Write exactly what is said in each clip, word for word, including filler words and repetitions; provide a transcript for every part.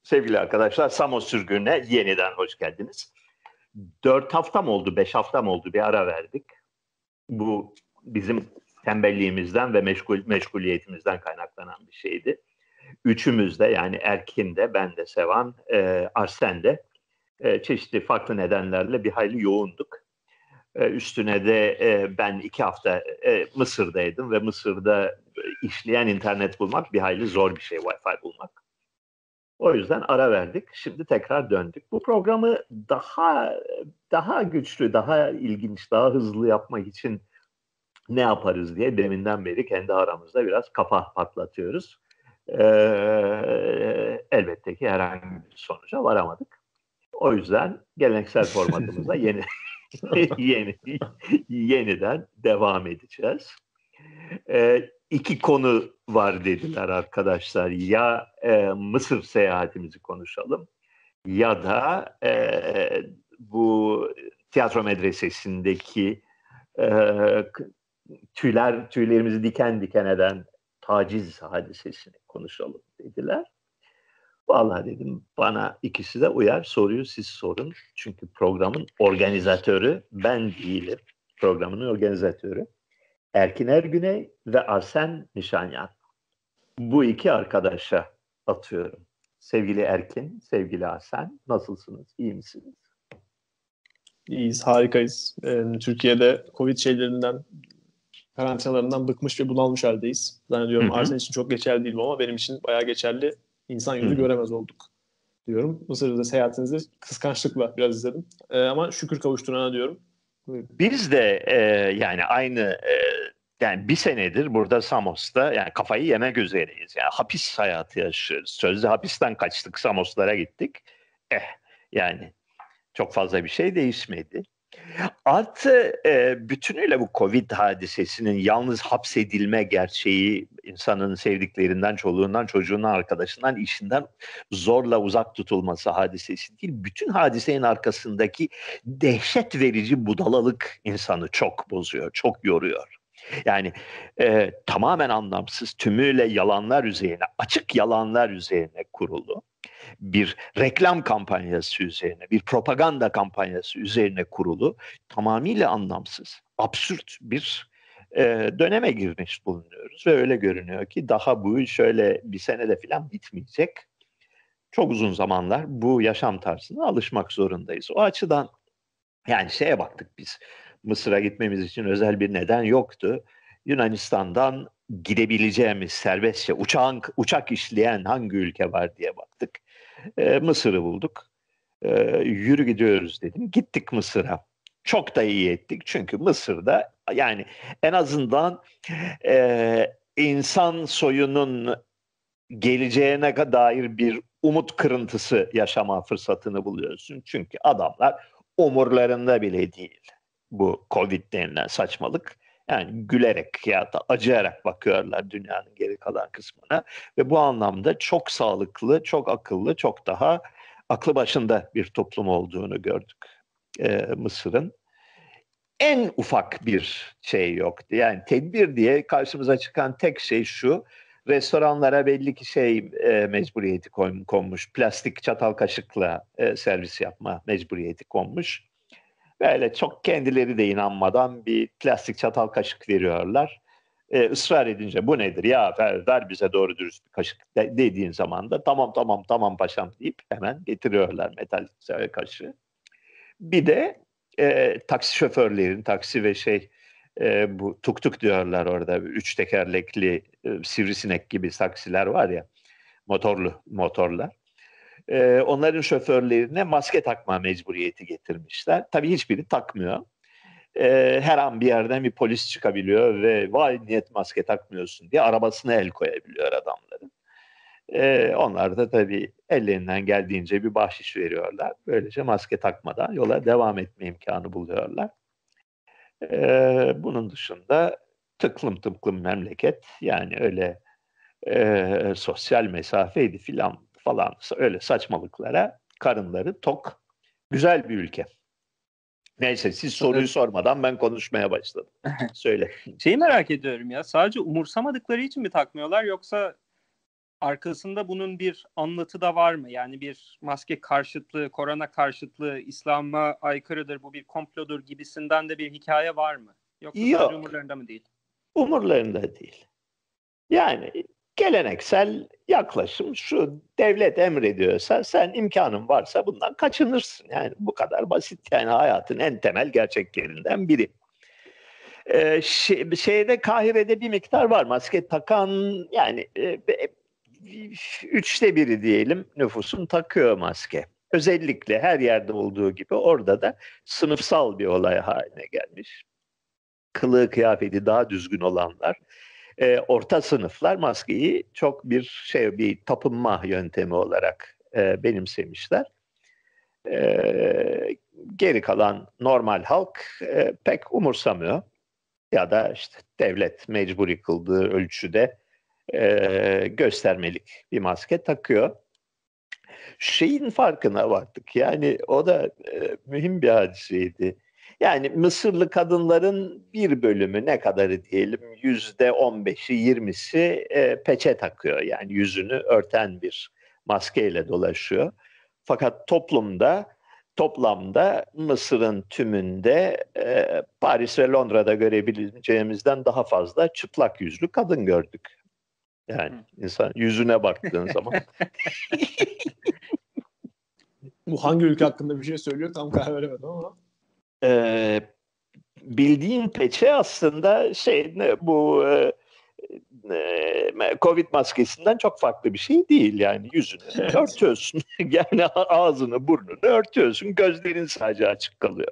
Sevgili arkadaşlar, Samos Sürgün'e yeniden hoş geldiniz. Dört hafta mı oldu, beş hafta mı oldu bir ara verdik. Bu bizim tembelliğimizden ve meşgul, meşguliyetimizden kaynaklanan bir şeydi. Üçümüz de, yani Erkin de, ben de, Sevan, e, Arsen de e, çeşitli farklı nedenlerle bir hayli yoğunduk. E, üstüne de e, ben iki hafta e, Mısır'daydım ve Mısır'da işleyen internet bulmak bir hayli zor bir şey, Wi-Fi bulmak. O yüzden ara verdik. Şimdi tekrar döndük. Bu programı daha daha güçlü, daha ilginç, daha hızlı yapmak için ne yaparız diye deminden beri kendi aramızda biraz kafa patlatıyoruz. Ee, elbette ki herhangi bir sonuca varamadık. O yüzden geleneksel formatımıza yeni yeni yeniden devam edeceğiz. Ee, iki konu var dediler arkadaşlar. Ya e, Mısır seyahatimizi konuşalım ya da e, bu tiyatro medresesindeki e, tüyler tüylerimizi diken diken eden taciz hadisesini konuşalım dediler. Vallahi dedim, bana ikisi de uyar, soruyu siz sorun. Çünkü programın organizatörü ben değilim. Programın organizatörü Erkin Ergüney ve Arsen Nişanyan. Bu iki arkadaşa atıyorum. Sevgili Erkin, sevgili Arsen, nasılsınız? İyi misiniz? İyiyiz, harikayız. Ee, Türkiye'de Covid şeylerinden, karantinalarından bıkmış ve bunalmış haldeyiz. Zannediyorum Arsen için çok geçerli değil bu ama benim için bayağı geçerli. İnsan yüzü Hı-hı. göremez olduk diyorum. Mısır'da seyahatinizi kıskançlıkla biraz izledim. Ee, ama şükür kavuşturana diyorum. Buyurun. Biz de e, yani aynı e, yani bir senedir burada Samos'ta yani kafayı yemek üzereyiz. Yani hapis hayatı yaşıyoruz. Sözde hapisten kaçtık, Samos'lara gittik. Eh yani çok fazla bir şey değişmedi. Artı e, bütünüyle bu Covid hadisesinin yalnız hapsedilme gerçeği, insanın sevdiklerinden, çoluğundan, çocuğundan, arkadaşından, işinden zorla uzak tutulması hadisesi değil. Bütün hadisenin arkasındaki dehşet verici budalalık insanı çok bozuyor, çok yoruyor. Yani e, tamamen anlamsız, tümüyle yalanlar üzerine, açık yalanlar üzerine kurulu bir reklam kampanyası üzerine, bir propaganda kampanyası üzerine kurulu, tamamıyla anlamsız, absürt bir e, döneme girmiş bulunuyoruz. Ve öyle görünüyor ki daha bu şöyle bir senede falan bitmeyecek. Çok uzun zamanlar bu yaşam tarzına alışmak zorundayız. O açıdan yani şeye baktık biz, Mısır'a gitmemiz için özel bir neden yoktu. Yunanistan'dan gidebileceğimiz serbestçe uçağın, uçak işleyen hangi ülke var diye baktık. Ee, Mısır'ı bulduk. Ee, yürü gidiyoruz dedim. Gittik Mısır'a. Çok da iyi ettik. Çünkü Mısır'da yani en azından e, insan soyunun geleceğine dair bir umut kırıntısı yaşama fırsatını buluyorsun. Çünkü adamlar umurlarında bile değil bu Covid denilen saçmalık. Yani gülerek ya da acıyarak bakıyorlar dünyanın geri kalan kısmına. Ve bu anlamda çok sağlıklı, çok akıllı, çok daha aklı başında bir toplum olduğunu gördük ee, Mısır'ın. En ufak bir şey yoktu. Yani tedbir diye karşımıza çıkan tek şey şu: restoranlara belli ki şey e, mecburiyeti konmuş. Plastik çatal kaşıkla e, servis yapma mecburiyeti konmuş. Böyle çok kendileri de inanmadan bir plastik çatal kaşık veriyorlar. E, ısrar edince bu nedir ya, ver, ver bize doğru dürüst bir kaşık de, dediğin zaman da tamam tamam tamam paşam deyip hemen getiriyorlar metal kaşığı. Bir de e, taksi şoförlerin, taksi ve şey e, bu tuk tuk diyorlar orada, üç tekerlekli e, sivrisinek gibi taksiler var ya, motorlu motorlar. E, onların şoförlerine maske takma mecburiyeti getirmişler. Tabii hiçbiri takmıyor. E, her an bir yerden bir polis çıkabiliyor ve vay niyet maske takmıyorsun diye arabasına el koyabiliyor adamların. Ee, onlar da tabii ellerinden geldiğince bir bahşiş veriyorlar. Böylece maske takmadan yola devam etme imkanı buluyorlar. Ee, bunun dışında tıklım tıklım memleket, yani öyle e, sosyal mesafeydi filan falan, öyle saçmalıklara karınları tok, güzel bir ülke. Neyse, siz soruyu sormadan ben konuşmaya başladım. Söyle. Şeyi merak ediyorum ya, sadece umursamadıkları için mi takmıyorlar, yoksa Arkasında bunun bir anlatı da var mı? Yani bir maske karşıtlığı, korona karşıtlığı, İslam'a aykırıdır, bu bir komplodur gibisinden de bir hikaye var mı? Yoksa sadece Yok. umurlarında mı değil? Umurlarında değil. Yani geleneksel yaklaşım şu: devlet emrediyorsa sen, imkanın varsa bundan kaçınırsın. Yani bu kadar basit, yani hayatın en temel gerçeklerinden biri. Ee, şey, şeyde Kahire'de bir miktar var maske takan, yani e, üçte biri diyelim nüfusun takıyor maske. Özellikle her yerde olduğu gibi orada da sınıfsal bir olay haline gelmiş. Kılığı kıyafeti daha düzgün olanlar, e, orta sınıflar maskeyi çok bir şey, bir tapınma yöntemi olarak e, benimsemişler. E, geri kalan normal halk e, pek umursamıyor ya da işte devlet mecburi kıldığı ölçüde e, göstermelik bir maske takıyor. Şeyin farkına vardık, yani o da e, mühim bir hadiseydi. Yani Mısırlı kadınların bir bölümü, ne kadarı diyelim, yüzde on beşi yirmisi e, peçe takıyor. Yani yüzünü örten bir maskeyle dolaşıyor. Fakat toplumda, toplamda Mısır'ın tümünde e, Paris ve Londra'da görebileceğimizden daha fazla çıplak yüzlü kadın gördük. Yani insan yüzüne baktığın zaman. Bu hangi ülke hakkında bir şey söylüyor tam karar veremedim ama. Ee, bildiğin peçe aslında şey, ne, bu e, e, Covid maskesinden çok farklı bir şey değil. Yani yüzünü Evet. örtüyorsun. Yani ağzını, burnunu örtüyorsun. Gözlerin sadece açık kalıyor.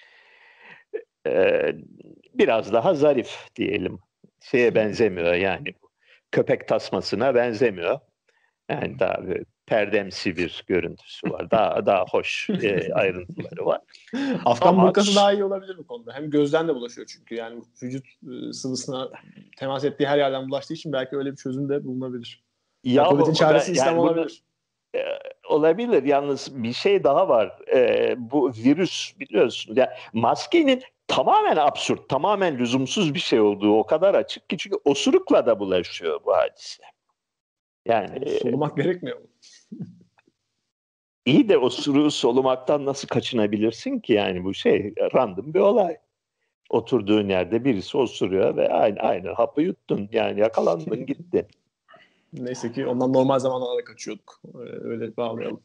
Ee, biraz daha zarif diyelim. Şeye benzemiyor yani. Köpek tasmasına benzemiyor. Yani daha böyle perdemsi bir görüntüsü var. Daha daha hoş e, ayrıntıları var. Afgan Ama burkası daha iyi olabilir bu konuda. Hem gözden de bulaşıyor çünkü. Yani vücut e, sıvısına temas ettiği her yerden bulaştığı için belki öyle bir çözüm de bulunabilir. ya Yani Covid'in çaresi ben, İslam yani bunu olabilir. e, olabilir. Yalnız bir şey daha var. E, bu virüs, biliyorsun. Yani maskenin tamamen absürt, tamamen lüzumsuz bir şey olduğu o kadar açık ki, çünkü osurukla da bulaşıyor bu hadise. Yani e, Solumak gerekmiyor mu? iyi de osuruğu solumaktan nasıl kaçınabilirsin ki? Yani bu şey random bir olay. Oturduğun yerde birisi osuruyor ve aynı aynı hapı yuttun. Yani yakalandın, gittin. Neyse ki ondan normal zamanlarda kaçıyorduk. Öyle bağlayalım.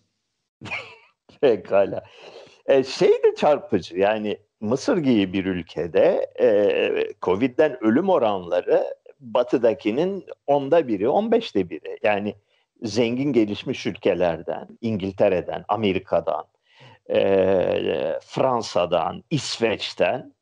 Pekala. E, şey de çarpıcı, yani Mısır gibi bir ülkede e, Covid'den ölüm oranları Batı'dakinin onda biri, on beşte biri. Yani zengin gelişmiş ülkelerden, İngiltere'den, Amerika'dan, e, Fransa'dan, İsveç'ten,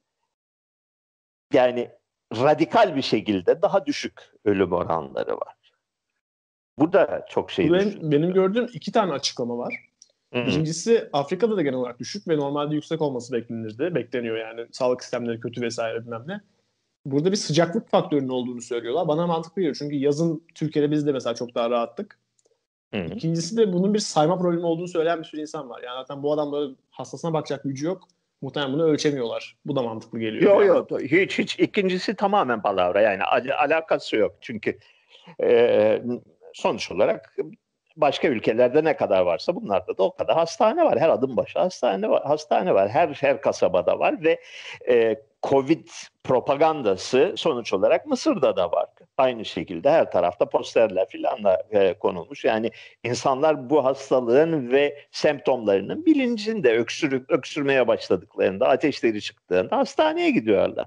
yani radikal bir şekilde daha düşük ölüm oranları var. Bu da çok şey Bu düşündürüyor. benim, benim gördüğüm iki tane açıklama var. Hı-hı. Birincisi Afrika'da da genel olarak düşük ve normalde yüksek olması beklenirdi. Bekleniyor yani, sağlık sistemleri kötü vesaire bilmem ne. Burada bir sıcaklık faktörünün olduğunu söylüyorlar. Bana mantıklı geliyor çünkü yazın Türkiye'de biz de mesela çok daha rahattık. Hı-hı. İkincisi de bunun bir sayma problemi olduğunu söyleyen bir sürü insan var. Yani zaten bu adamların hastasına bakacak gücü yok. Muhtemelen bunu ölçemiyorlar. Bu da mantıklı geliyor. Yok yani. yok, hiç hiç. İkincisi tamamen palavra, yani al- alakası yok. Çünkü e, sonuç olarak başka ülkelerde ne kadar varsa bunlarda da o kadar hastane var. Her adım başı hastane var. Hastane var. Her her kasabada var ve e, Covid propagandası sonuç olarak Mısır'da da var. Aynı şekilde her tarafta posterler filanla e, konulmuş. Yani insanlar bu hastalığın ve semptomlarının bilincinde, öksürük öksürmeye başladıklarında, ateşleri çıktığında hastaneye gidiyorlar.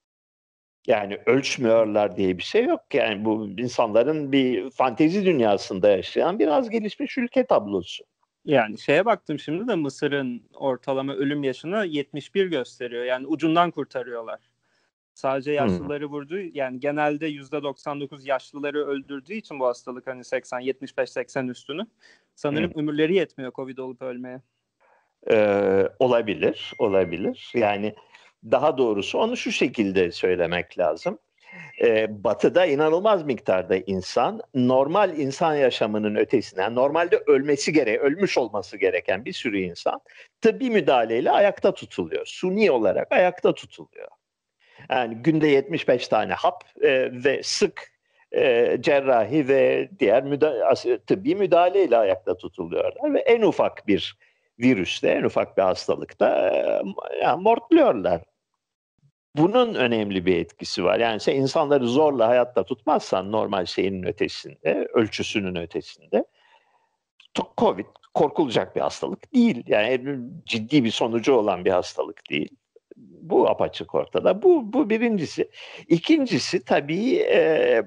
Yani ölçmüyorlar diye bir şey yok. Yani bu insanların bir fantezi dünyasında yaşayan biraz gelişmiş ülke tablosu. Yani şeye baktım şimdi de, Mısır'ın ortalama ölüm yaşını yetmiş bir gösteriyor. Yani ucundan kurtarıyorlar. Sadece yaşlıları hmm. vurdu. Yani genelde yüzde doksan dokuz yaşlıları öldürdüğü için bu hastalık, hani seksen yetmiş beş seksen üstünü. Sanırım hmm. ömürleri yetmiyor Covid olup ölmeye. Ee, olabilir, olabilir. Yani daha doğrusu onu şu şekilde söylemek lazım. Ee, batı'da inanılmaz miktarda insan, normal insan yaşamının ötesinden, normalde ölmesi gerek, ölmüş olması gereken bir sürü insan tıbbi müdahaleyle ayakta tutuluyor. Suni olarak ayakta tutuluyor. Yani günde yetmiş beş tane hap e, ve sık e, cerrahi ve diğer müda- tıbbi müdahaleyle ayakta tutuluyorlar ve en ufak bir virüste, en ufak bir hastalıkta e, yani mortluyorlar. Bunun önemli bir etkisi var. Yani sen insanları zorla hayatta tutmazsan normal şeyinin ötesinde, ölçüsünün ötesinde, Covid korkulacak bir hastalık değil. Yani ciddi bir sonucu olan bir hastalık değil. Bu apaçık ortada. Bu, bu birincisi. İkincisi tabii e,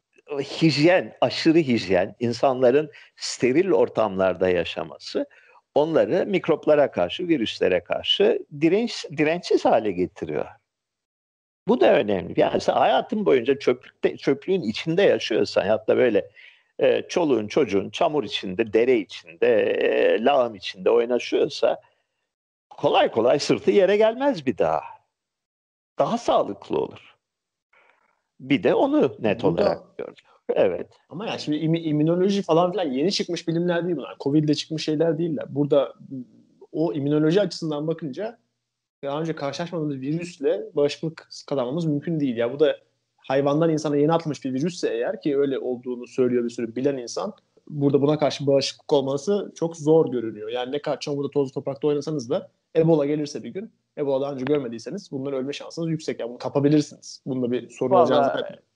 hijyen, aşırı hijyen, insanların steril ortamlarda yaşaması onları mikroplara karşı, virüslere karşı direnç, dirençsiz hale getiriyor. Bu da önemli. Yani sen hayatın boyunca çöplükte, çöplüğün içinde yaşıyorsan, hatta böyle e, çoluğun çocuğun çamur içinde, dere içinde, e, lağım içinde oynaşıyorsa kolay kolay sırtı yere gelmez bir daha. Daha sağlıklı olur. Bir de onu net Bu olarak da, gördük. Evet. ama ya şimdi im- immünoloji falan filan yeni çıkmış bilimler değil bunlar. Covid'de çıkmış şeyler değiller. Burada o immünoloji açısından bakınca daha önce karşılaşmadığımız virüsle bağışıklık kazanmamız mümkün değil. Ya bu da hayvandan insana yeni atılmış bir virüsse eğer, ki öyle olduğunu söylüyor bir sürü bilen insan, burada buna karşı bağışıklık olması çok zor görünüyor. Yani ne kadar çamurda tozlu toprakta oynasanız da Ebola gelirse bir gün, Ebola daha önce görmediyseniz bunları ölme şansınız yüksek. Yani bunu kapabilirsiniz. Bunda bir sorun olacağını Vallahi zannetmiyorum.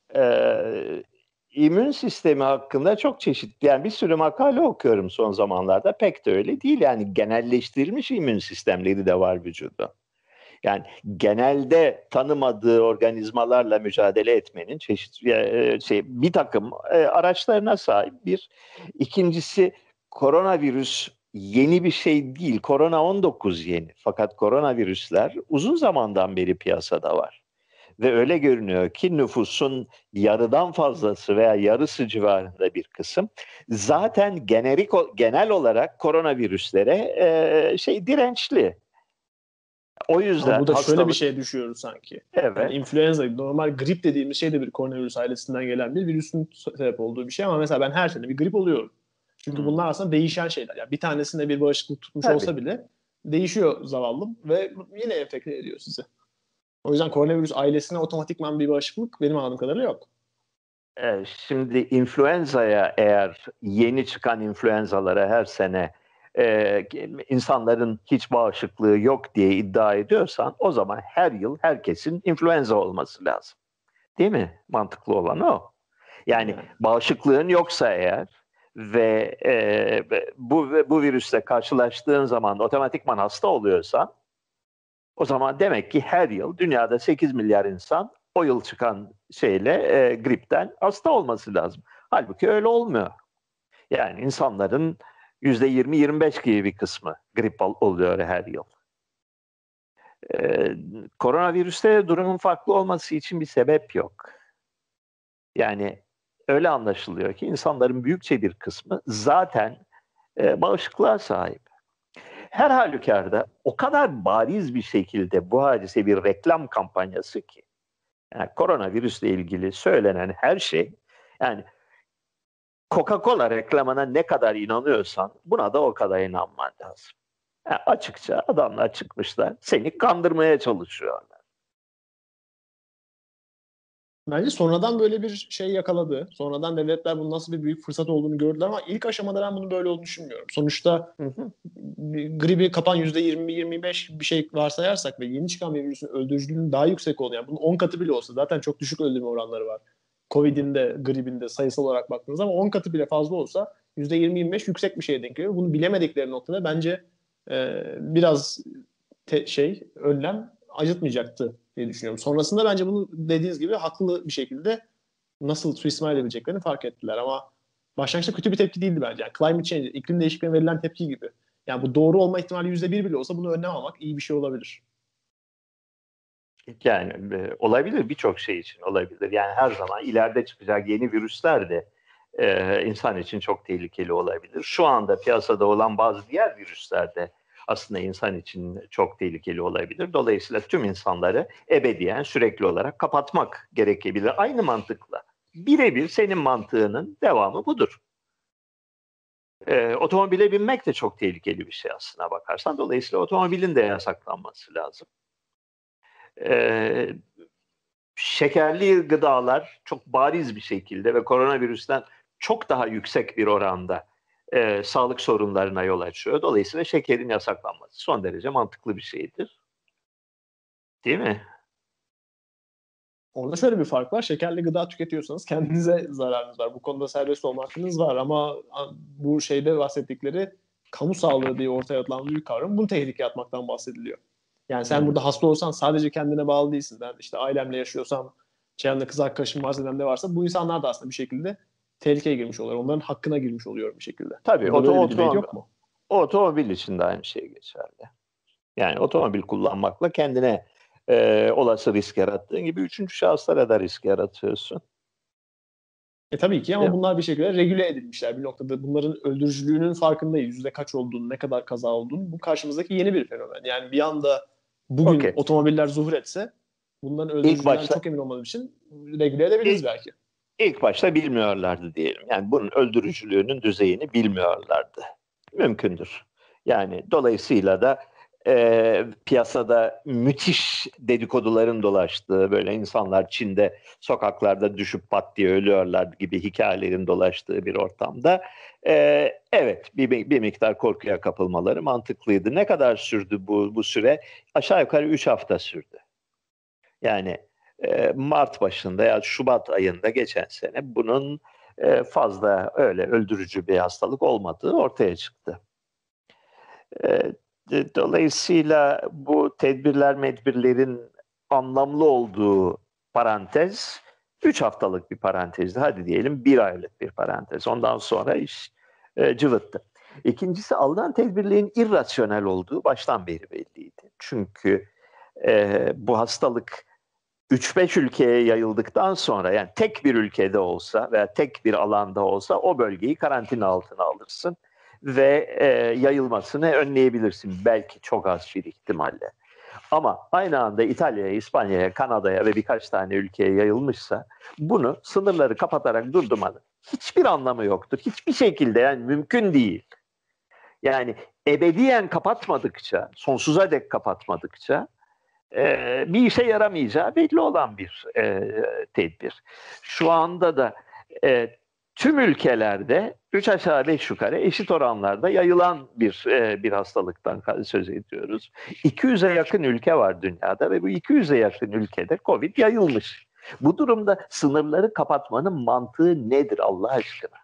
e, immün sistemi hakkında çok çeşitli, yani bir sürü makale okuyorum son zamanlarda. Pek de öyle değil. Yani genelleştirilmiş immün sistemleri de var vücudda. Yani genelde tanımadığı organizmalarla mücadele etmenin çeşitli e, şey, bir takım e, araçlarına sahip bir. İkincisi, koronavirüs yeni bir şey değil. Korona on dokuz yeni. Fakat koronavirüsler uzun zamandan beri piyasada var. Ve öyle görünüyor ki nüfusun yarıdan fazlası veya yarısı civarında bir kısım zaten generik genel olarak koronavirüslere e, şey dirençli. O Ama yüzden burada şöyle bir hastalık, şeye düşüyoruz sanki. Yani evet. influenza, normal grip dediğimiz şey de bir koronavirüs ailesinden gelen bir virüsün sebep olduğu bir şey, ama mesela ben her sene bir grip oluyorum. Çünkü Hmm. bunlar aslında değişen şeyler. Yani bir tanesinde bir bağışıklık tutmuş Tabii. olsa bile değişiyor zavallım ve yine enfekte ediyor sizi. O yüzden koronavirüs ailesine otomatikman bir bağışıklık benim anladığım kadarıyla yok. Ee, şimdi influenza'ya, eğer yeni çıkan influenzalara her sene e, insanların hiç bağışıklığı yok diye iddia ediyorsan, o zaman her yıl herkesin influenza olması lazım. Değil mi? Mantıklı olan o. Yani Yani. bağışıklığın yoksa eğer ve e, bu bu virüsle karşılaştığın zaman otomatikman hasta oluyorsan, o zaman demek ki her yıl dünyada sekiz milyar insan o yıl çıkan şeyle e, gripten hasta olması lazım. Halbuki öyle olmuyor. Yani insanların yüzde yirmi yirmi beş gibi bir kısmı grip oluyor her yıl. Ee, koronavirüste durumun farklı olması için bir sebep yok. Yani öyle anlaşılıyor ki insanların büyükçe bir kısmı zaten e, bağışıklığa sahip. Her halükarda o kadar bariz bir şekilde bu hadise bir reklam kampanyası ki, yani koronavirüsle ilgili söylenen her şey, yani Coca-Cola reklamına ne kadar inanıyorsan buna da o kadar inanman lazım. Yani açıkça adamlar çıkmışlar, seni kandırmaya çalışıyorlar. Bence sonradan böyle bir şey yakaladı. Sonradan devletler bunun nasıl bir büyük fırsat olduğunu gördüler, ama ilk aşamada ben bunun böyle olduğunu düşünmüyorum. Sonuçta Hı hı. gribi kapan yüzde yirmi yirmi beş bir şey varsayarsak ve yeni çıkan bir virüsün öldürücülüğünün daha yüksek olduğu, yani bunun on katı bile olsa zaten çok düşük öldürme oranları var. Covid'in de gribin de sayısal olarak baktığınız ama on katı bile fazla olsa yüzde yirmi yirmi beş yüksek bir şeye denk geliyor. Bunu bilemedikleri noktada bence e, biraz te- şey önlem acıtmayacaktı diye düşünüyorum. Sonrasında bence bunu dediğiniz gibi haklı bir şekilde nasıl suistimal edebileceklerini fark ettiler, ama başlangıçta kötü bir tepki değildi bence. Yani climate change, iklim değişikliğine verilen tepki gibi. Yani bu doğru olma ihtimali yüzde bir bile olsa bunu önlem almak iyi bir şey olabilir. Yani e, olabilir, birçok şey için olabilir. Yani her zaman ileride çıkacak yeni virüsler de e, insan için çok tehlikeli olabilir. Şu anda piyasada olan bazı diğer virüsler de aslında insan için çok tehlikeli olabilir. Dolayısıyla tüm insanları ebediyen sürekli olarak kapatmak gerekebilir. Aynı mantıkla. Birebir senin mantığının devamı budur. E, otomobile binmek de çok tehlikeli bir şey aslına bakarsan. Dolayısıyla otomobilin de yasaklanması lazım. E, şekerli gıdalar çok bariz bir şekilde ve koronavirüsten çok daha yüksek bir oranda e, sağlık sorunlarına yol açıyor. Dolayısıyla şekerin yasaklanması son derece mantıklı bir şeydir. Değil mi? Orada şöyle bir fark var. Şekerli gıda tüketiyorsanız kendinize zararınız var. Bu konuda serbest olma hakkınız var ama bu şeyde bahsettikleri kamu sağlığı diye ortaya atılan büyük kavram, bunu tehlikeye atmaktan bahsediliyor. Yani sen hmm. burada hasta olsan sadece kendine bağlı değilsin. Ben işte ailemle yaşıyorsam, çevremde kız arkadaşım varsa, ne varsa bu insanlar da aslında bir şekilde tehlikeye girmiş oluyor. Onların hakkına girmiş oluyor bir şekilde. Tabii. Oto, otomobil, yok mu? Otomobil için de aynı şey geçerli. Yani otomobil kullanmakla kendine e, olası risk yarattığın gibi üçüncü şahıslara da risk yaratıyorsun. E tabii ki ama bunlar bir şekilde regüle edilmişler bir noktada. Bunların öldürücülüğünün farkındayız. Yüzde kaç olduğunu, ne kadar kaza olduğunu. Bu karşımızdaki yeni bir fenomen. Yani bir anda bugün okay. otomobiller zuhur etse bunların öldürücülüğünden başta, çok emin olmadığım için regüle edebiliriz ilk, belki. İlk başta bilmiyorlardı diyelim. Yani bunun öldürücülüğünün düzeyini bilmiyorlardı. Mümkündür. Yani dolayısıyla da E, piyasada müthiş dedikoduların dolaştığı, böyle insanlar Çin'de sokaklarda düşüp pat diye ölüyorlar gibi hikayelerin dolaştığı bir ortamda e, evet bir, bir miktar korkuya kapılmaları mantıklıydı. Ne kadar sürdü bu, bu süre? Aşağı yukarı üç hafta sürdü. Yani e, Mart başında ya Şubat ayında geçen sene bunun e, fazla öyle öldürücü bir hastalık olmadığı ortaya çıktı. Evet. Dolayısıyla bu tedbirler medbirlerin anlamlı olduğu parantez üç haftalık bir parantezdi. Hadi diyelim bir aylık bir parantez. Ondan sonra iş e, cıvıttı. İkincisi alınan tedbirlerin irrasyonel olduğu baştan beri belliydi. Çünkü e, bu hastalık üç beş ülkeye yayıldıktan sonra yani tek bir ülkede olsa veya tek bir alanda olsa o bölgeyi karantina altına alırsın. Ve e, yayılmasını önleyebilirsin. Belki çok az bir ihtimalle. Ama aynı anda İtalya'ya, İspanya'ya, Kanada'ya ve birkaç tane ülkeye yayılmışsa bunu sınırları kapatarak durdurmanın hiçbir anlamı yoktur. Hiçbir şekilde yani mümkün değil. Yani ebediyen kapatmadıkça, sonsuza dek kapatmadıkça e, bir işe yaramayacağı belli olan bir e, tedbir. Şu anda da e, tüm ülkelerde üç aşağı beş yukarı eşit oranlarda yayılan bir e, bir hastalıktan söz ediyoruz. iki yüze yakın ülke var dünyada ve bu iki yüze yakın ülkede Covid yayılmış. Bu durumda sınırları kapatmanın mantığı nedir Allah aşkına?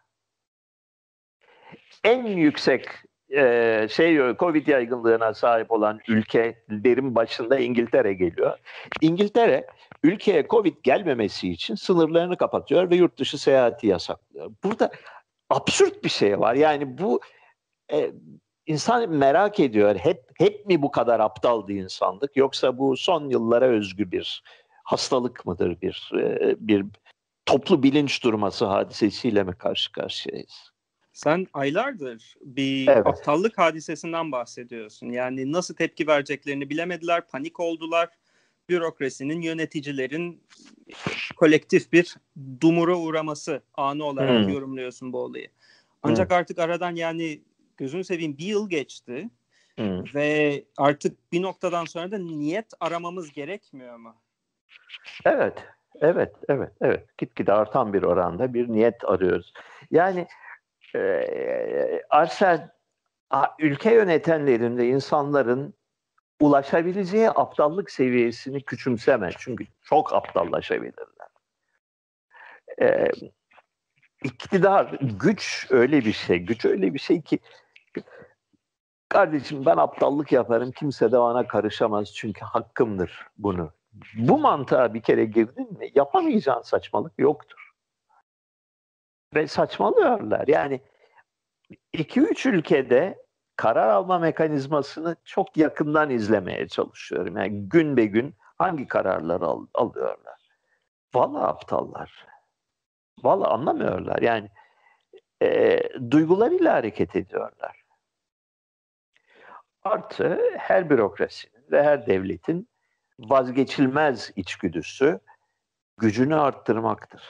En yüksek e, şey Covid yaygınlığına sahip olan ülkelerin başında İngiltere geliyor. İngiltere ülkeye Covid gelmemesi için sınırlarını kapatıyor ve yurt dışı seyahati yasaklıyor. Burada absürt bir şey var. Yani bu e, insan merak ediyor. Hep hep mi bu kadar aptaldı insanlık? Yoksa bu son yıllara özgü bir hastalık mıdır? Bir e, bir toplu bilinç durması hadisesiyle mi karşı karşıyayız? Sen aylardır bir evet. aptallık hadisesinden bahsediyorsun. Yani nasıl tepki vereceklerini bilemediler, panik oldular. Bürokrasinin, yöneticilerin kolektif bir dumura uğraması anı olarak hmm. yorumluyorsun bu olayı. Ancak hmm. artık aradan yani gözünü seveyim bir yıl geçti hmm. ve artık bir noktadan sonra da niyet aramamız gerekmiyor mu? Evet, evet, evet, evet. Gitgide artan bir oranda bir niyet arıyoruz. Yani Ee, Arsel, ülke yönetenlerin ve insanların ulaşabileceği aptallık seviyesini küçümseme. Çünkü çok aptallaşabilirler. Ee, iktidar, güç öyle bir şey. Güç öyle bir şey ki kardeşim ben aptallık yaparım, kimse de bana karışamaz çünkü hakkımdır bunu. Bu mantığa bir kere girdin mi yapamayacağın saçmalık yoktur. Ve saçmalıyorlar. Yani iki üç ülkede karar alma mekanizmasını çok yakından izlemeye çalışıyorum. Yani gün be gün hangi kararları al, alıyorlar. Vallahi aptallar. Vallahi anlamıyorlar. Yani e, duygularıyla hareket ediyorlar. Artı her bürokrasinin ve her devletin vazgeçilmez içgüdüsü gücünü arttırmaktır.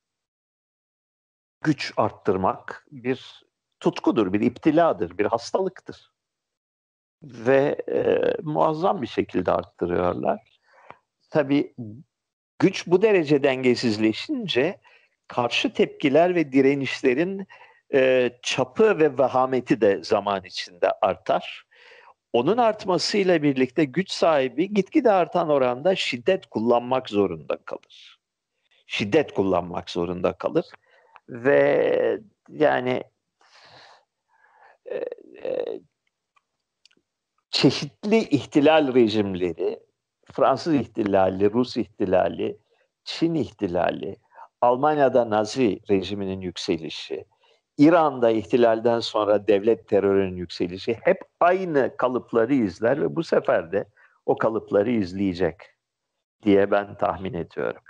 Güç arttırmak bir tutkudur, bir iptiladır, bir hastalıktır. Ve e, muazzam bir şekilde arttırıyorlar. Tabii güç bu derece dengesizleşince karşı tepkiler ve direnişlerin e, çapı ve vehameti de zaman içinde artar. Onun artmasıyla birlikte güç sahibi gitgide artan oranda şiddet kullanmak zorunda kalır. Şiddet kullanmak zorunda kalır ve yani e, e, çeşitli ihtilal rejimleri, Fransız ihtilali, Rus ihtilali, Çin ihtilali, Almanya'da Nazi rejiminin yükselişi, İran'da ihtilalden sonra devlet terörünün yükselişi hep aynı kalıpları izler ve bu sefer de o kalıpları izleyecek diye ben tahmin ediyorum.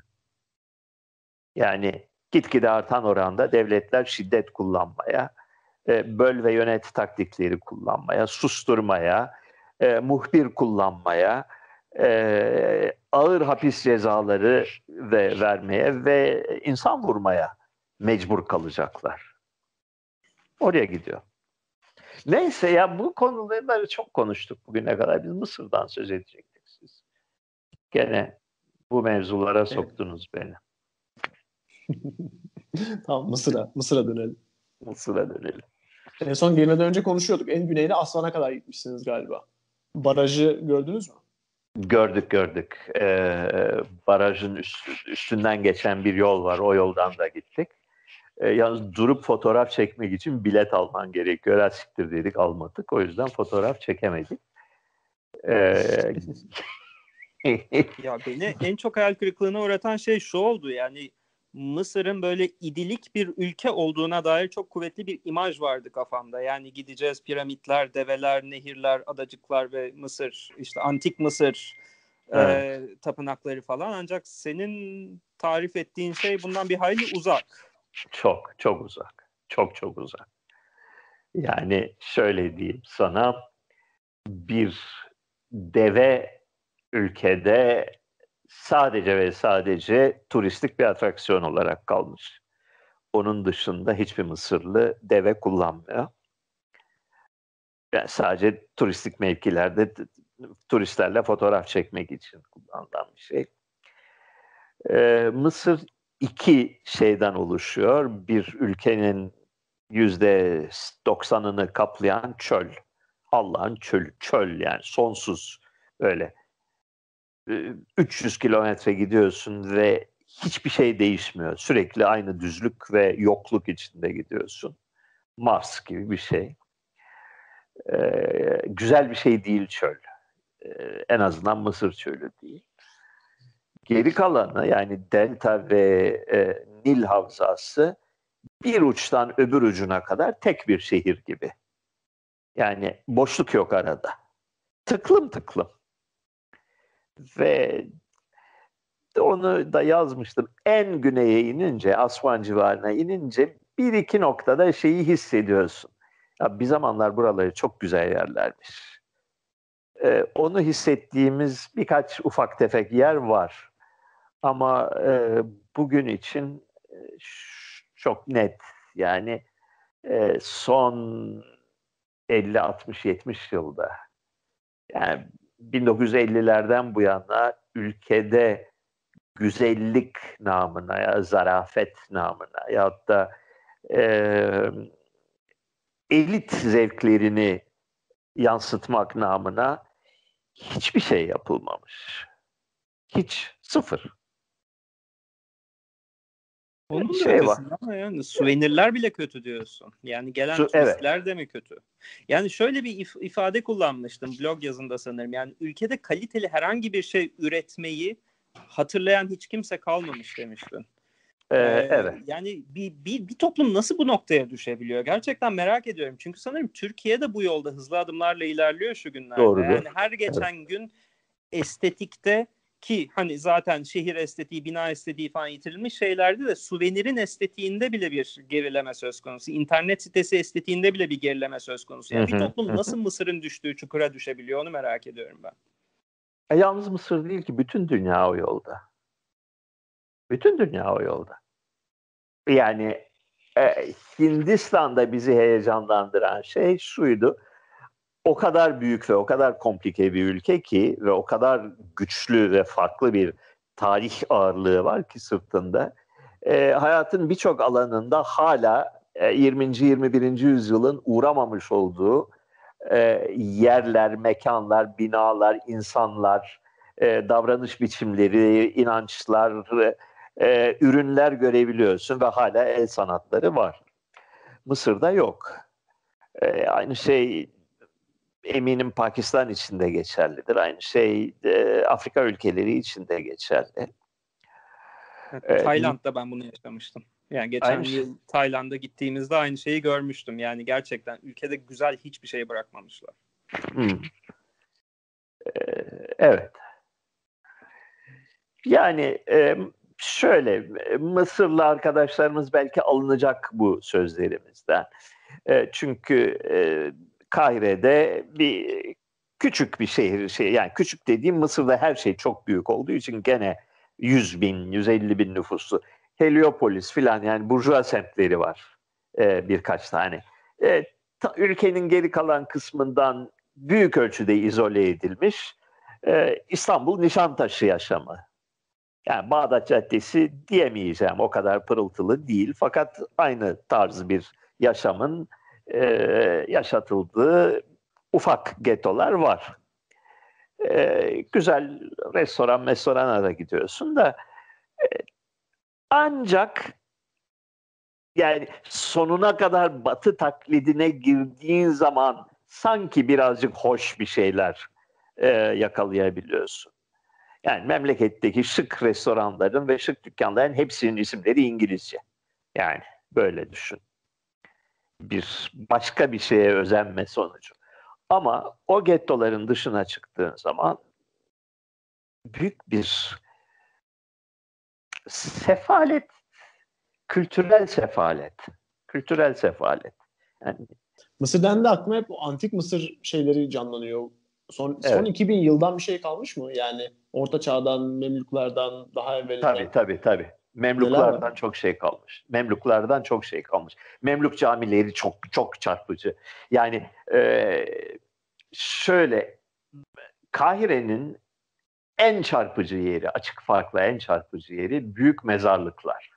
Yani gitgide artan oranda devletler şiddet kullanmaya, e, böl ve yönet taktikleri kullanmaya, susturmaya, e, muhbir kullanmaya, e, ağır hapis cezaları ve vermeye ve insan vurmaya mecbur kalacaklar. Oraya gidiyor. Neyse ya, bu konuları çok konuştuk bugüne kadar. Biz Mısır'dan söz edecektik siz. Gene bu mevzulara soktunuz beni. Tamam, Mısır'a. Mısır'a dönelim. Mısır'a dönelim. En son girmeden önce konuşuyorduk. En güneyine Asvan'a kadar gitmişsiniz galiba. Barajı gördünüz mü? Gördük gördük. Ee, barajın üst, üstünden geçen bir yol var. O yoldan da gittik. Ee, yalnız durup fotoğraf çekmek için bilet alman gerekiyor. Asiktir dedik, almadık. O yüzden fotoğraf çekemedik. Ee... Ya beni en çok hayal kırıklığına uğratan şey şu oldu. Yani Mısır'ın böyle idilik bir ülke olduğuna dair çok kuvvetli bir imaj vardı kafamda. Yani gideceğiz, piramitler, develer, nehirler, adacıklar ve Mısır, işte antik Mısır evet. e, tapınakları falan. Ancak senin tarif ettiğin şey bundan bir hayli uzak. Çok, çok uzak. Çok çok uzak. Yani şöyle diyeyim sana, bir deve ülkede sadece ve sadece turistik bir atraksiyon olarak kalmış. Onun dışında hiçbir Mısırlı deve kullanmıyor. Yani sadece turistik mevkilerde turistlerle fotoğraf çekmek için kullanılan bir şey. Ee, Mısır iki şeyden oluşuyor. Bir, ülkenin yüzde doksanını kaplayan çöl. Allah'ın çölü. Çöl yani sonsuz öyle. üç yüz kilometre gidiyorsun ve hiçbir şey değişmiyor. Sürekli aynı düzlük ve yokluk içinde gidiyorsun. Mars gibi bir şey. Ee, güzel bir şey değil çöl. Ee, en azından Mısır çölü değil. Geri kalanı yani delta ve e, Nil havzası bir uçtan öbür ucuna kadar tek bir şehir gibi. Yani boşluk yok arada. Tıklım tıklım. Ve onu da yazmıştım. En güneye inince, Asvan civarına inince bir iki noktada şeyi hissediyorsun. Ya bir zamanlar buraları çok güzel yerlermiş. Ee, onu hissettiğimiz birkaç ufak tefek yer var. Ama e, bugün için e, çok net. Yani e, son elli altmış yetmiş yılda, yani bin dokuz yüz ellilerden bu yana ülkede güzellik namına ya zarafet namına ya da e, elit zevklerini yansıtmak namına hiçbir şey yapılmamış. Hiç, sıfır. Onun da şey ötesinde var. Ama yani suvenirler bile kötü diyorsun. Yani gelen Su, turistler evet. de mi kötü? Yani şöyle bir if- ifade kullanmıştım blog yazında sanırım. Yani ülkede kaliteli herhangi bir şey üretmeyi hatırlayan hiç kimse kalmamış demiştin. Ee, ee, evet. Yani bir, bir, bir toplum nasıl bu noktaya düşebiliyor? Gerçekten merak ediyorum. Çünkü sanırım Türkiye de bu yolda hızlı adımlarla ilerliyor şu günlerde. Doğrudur. Yani her geçen evet. gün estetikte, ki hani zaten şehir estetiği, bina estetiği falan yitirilmiş şeylerdi de suvenirin estetiğinde bile bir gerileme söz konusu. İnternet sitesi estetiğinde bile bir gerileme söz konusu. Yani hı hı, bir toplum hı. nasıl Mısır'ın düştüğü çukura düşebiliyor onu merak ediyorum ben. E, yalnız Mısır değil ki, bütün dünya o yolda. Bütün dünya o yolda. Yani e, Hindistan'da bizi heyecanlandıran şey şuydu. O kadar büyük ve o kadar komplike bir ülke ki ve o kadar güçlü ve farklı bir tarih ağırlığı var ki sırtında. E, hayatın birçok alanında hala e, yirminci yirmi birinci yüzyılın uğramamış olduğu e, yerler, mekanlar, binalar, insanlar, e, davranış biçimleri, inançlar, e, ürünler görebiliyorsun ve hala el sanatları var. Mısır'da yok. E, aynı şey eminim Pakistan için de geçerlidir. Aynı şey e, Afrika ülkeleri için de geçerli. Evet, Tayland'da ben bunu yaşamıştım. Yani geçen aynı yıl şey. Tayland'a gittiğimizde aynı şeyi görmüştüm. Yani gerçekten ülkede güzel hiçbir şey bırakmamışlar. Hmm. Ee, evet. Yani e, şöyle Mısırlı arkadaşlarımız belki alınacak bu sözlerimizden. E, çünkü e, Kahire'de bir küçük bir şehir, şey yani küçük dediğim Mısır'da her şey çok büyük olduğu için gene yüz bin, yüz elli bin nüfuslu. Heliopolis filan yani burjuva semtleri var e, birkaç tane. E, ta, ülkenin geri kalan kısmından büyük ölçüde izole edilmiş e, İstanbul Nişantaşı yaşamı. Yani Bağdat Caddesi diyemeyeceğim, o kadar pırıltılı değil. Fakat aynı tarz bir yaşamın e, yaşatıldığı ufak getolar var. E, güzel restoran, restorana da gidiyorsun da e, ancak yani sonuna kadar Batı taklidine girdiğin zaman sanki birazcık hoş bir şeyler e, yakalayabiliyorsun. Yani memleketteki şık restoranların ve şık dükkanların hepsinin isimleri İngilizce. Yani böyle düşün. Bir başka bir şeye özenme sonucu. Ama o gettoların dışına çıktığın zaman büyük bir sefalet, kültürel sefalet. Kültürel sefalet. Yani, Mısır'dan da aklıma hep o antik Mısır şeyleri canlanıyor. Son, son evet. iki bin yıldan bir şey kalmış mı? Yani Orta Çağ'dan, Memlüklerden, daha evvelinden. Tabii tabii tabii. Memluklardan çok şey kalmış. Memluklardan çok şey kalmış. Memluk camileri çok çok çarpıcı. Yani e, şöyle Kahire'nin en çarpıcı yeri, açık farkla en çarpıcı yeri büyük mezarlıklar.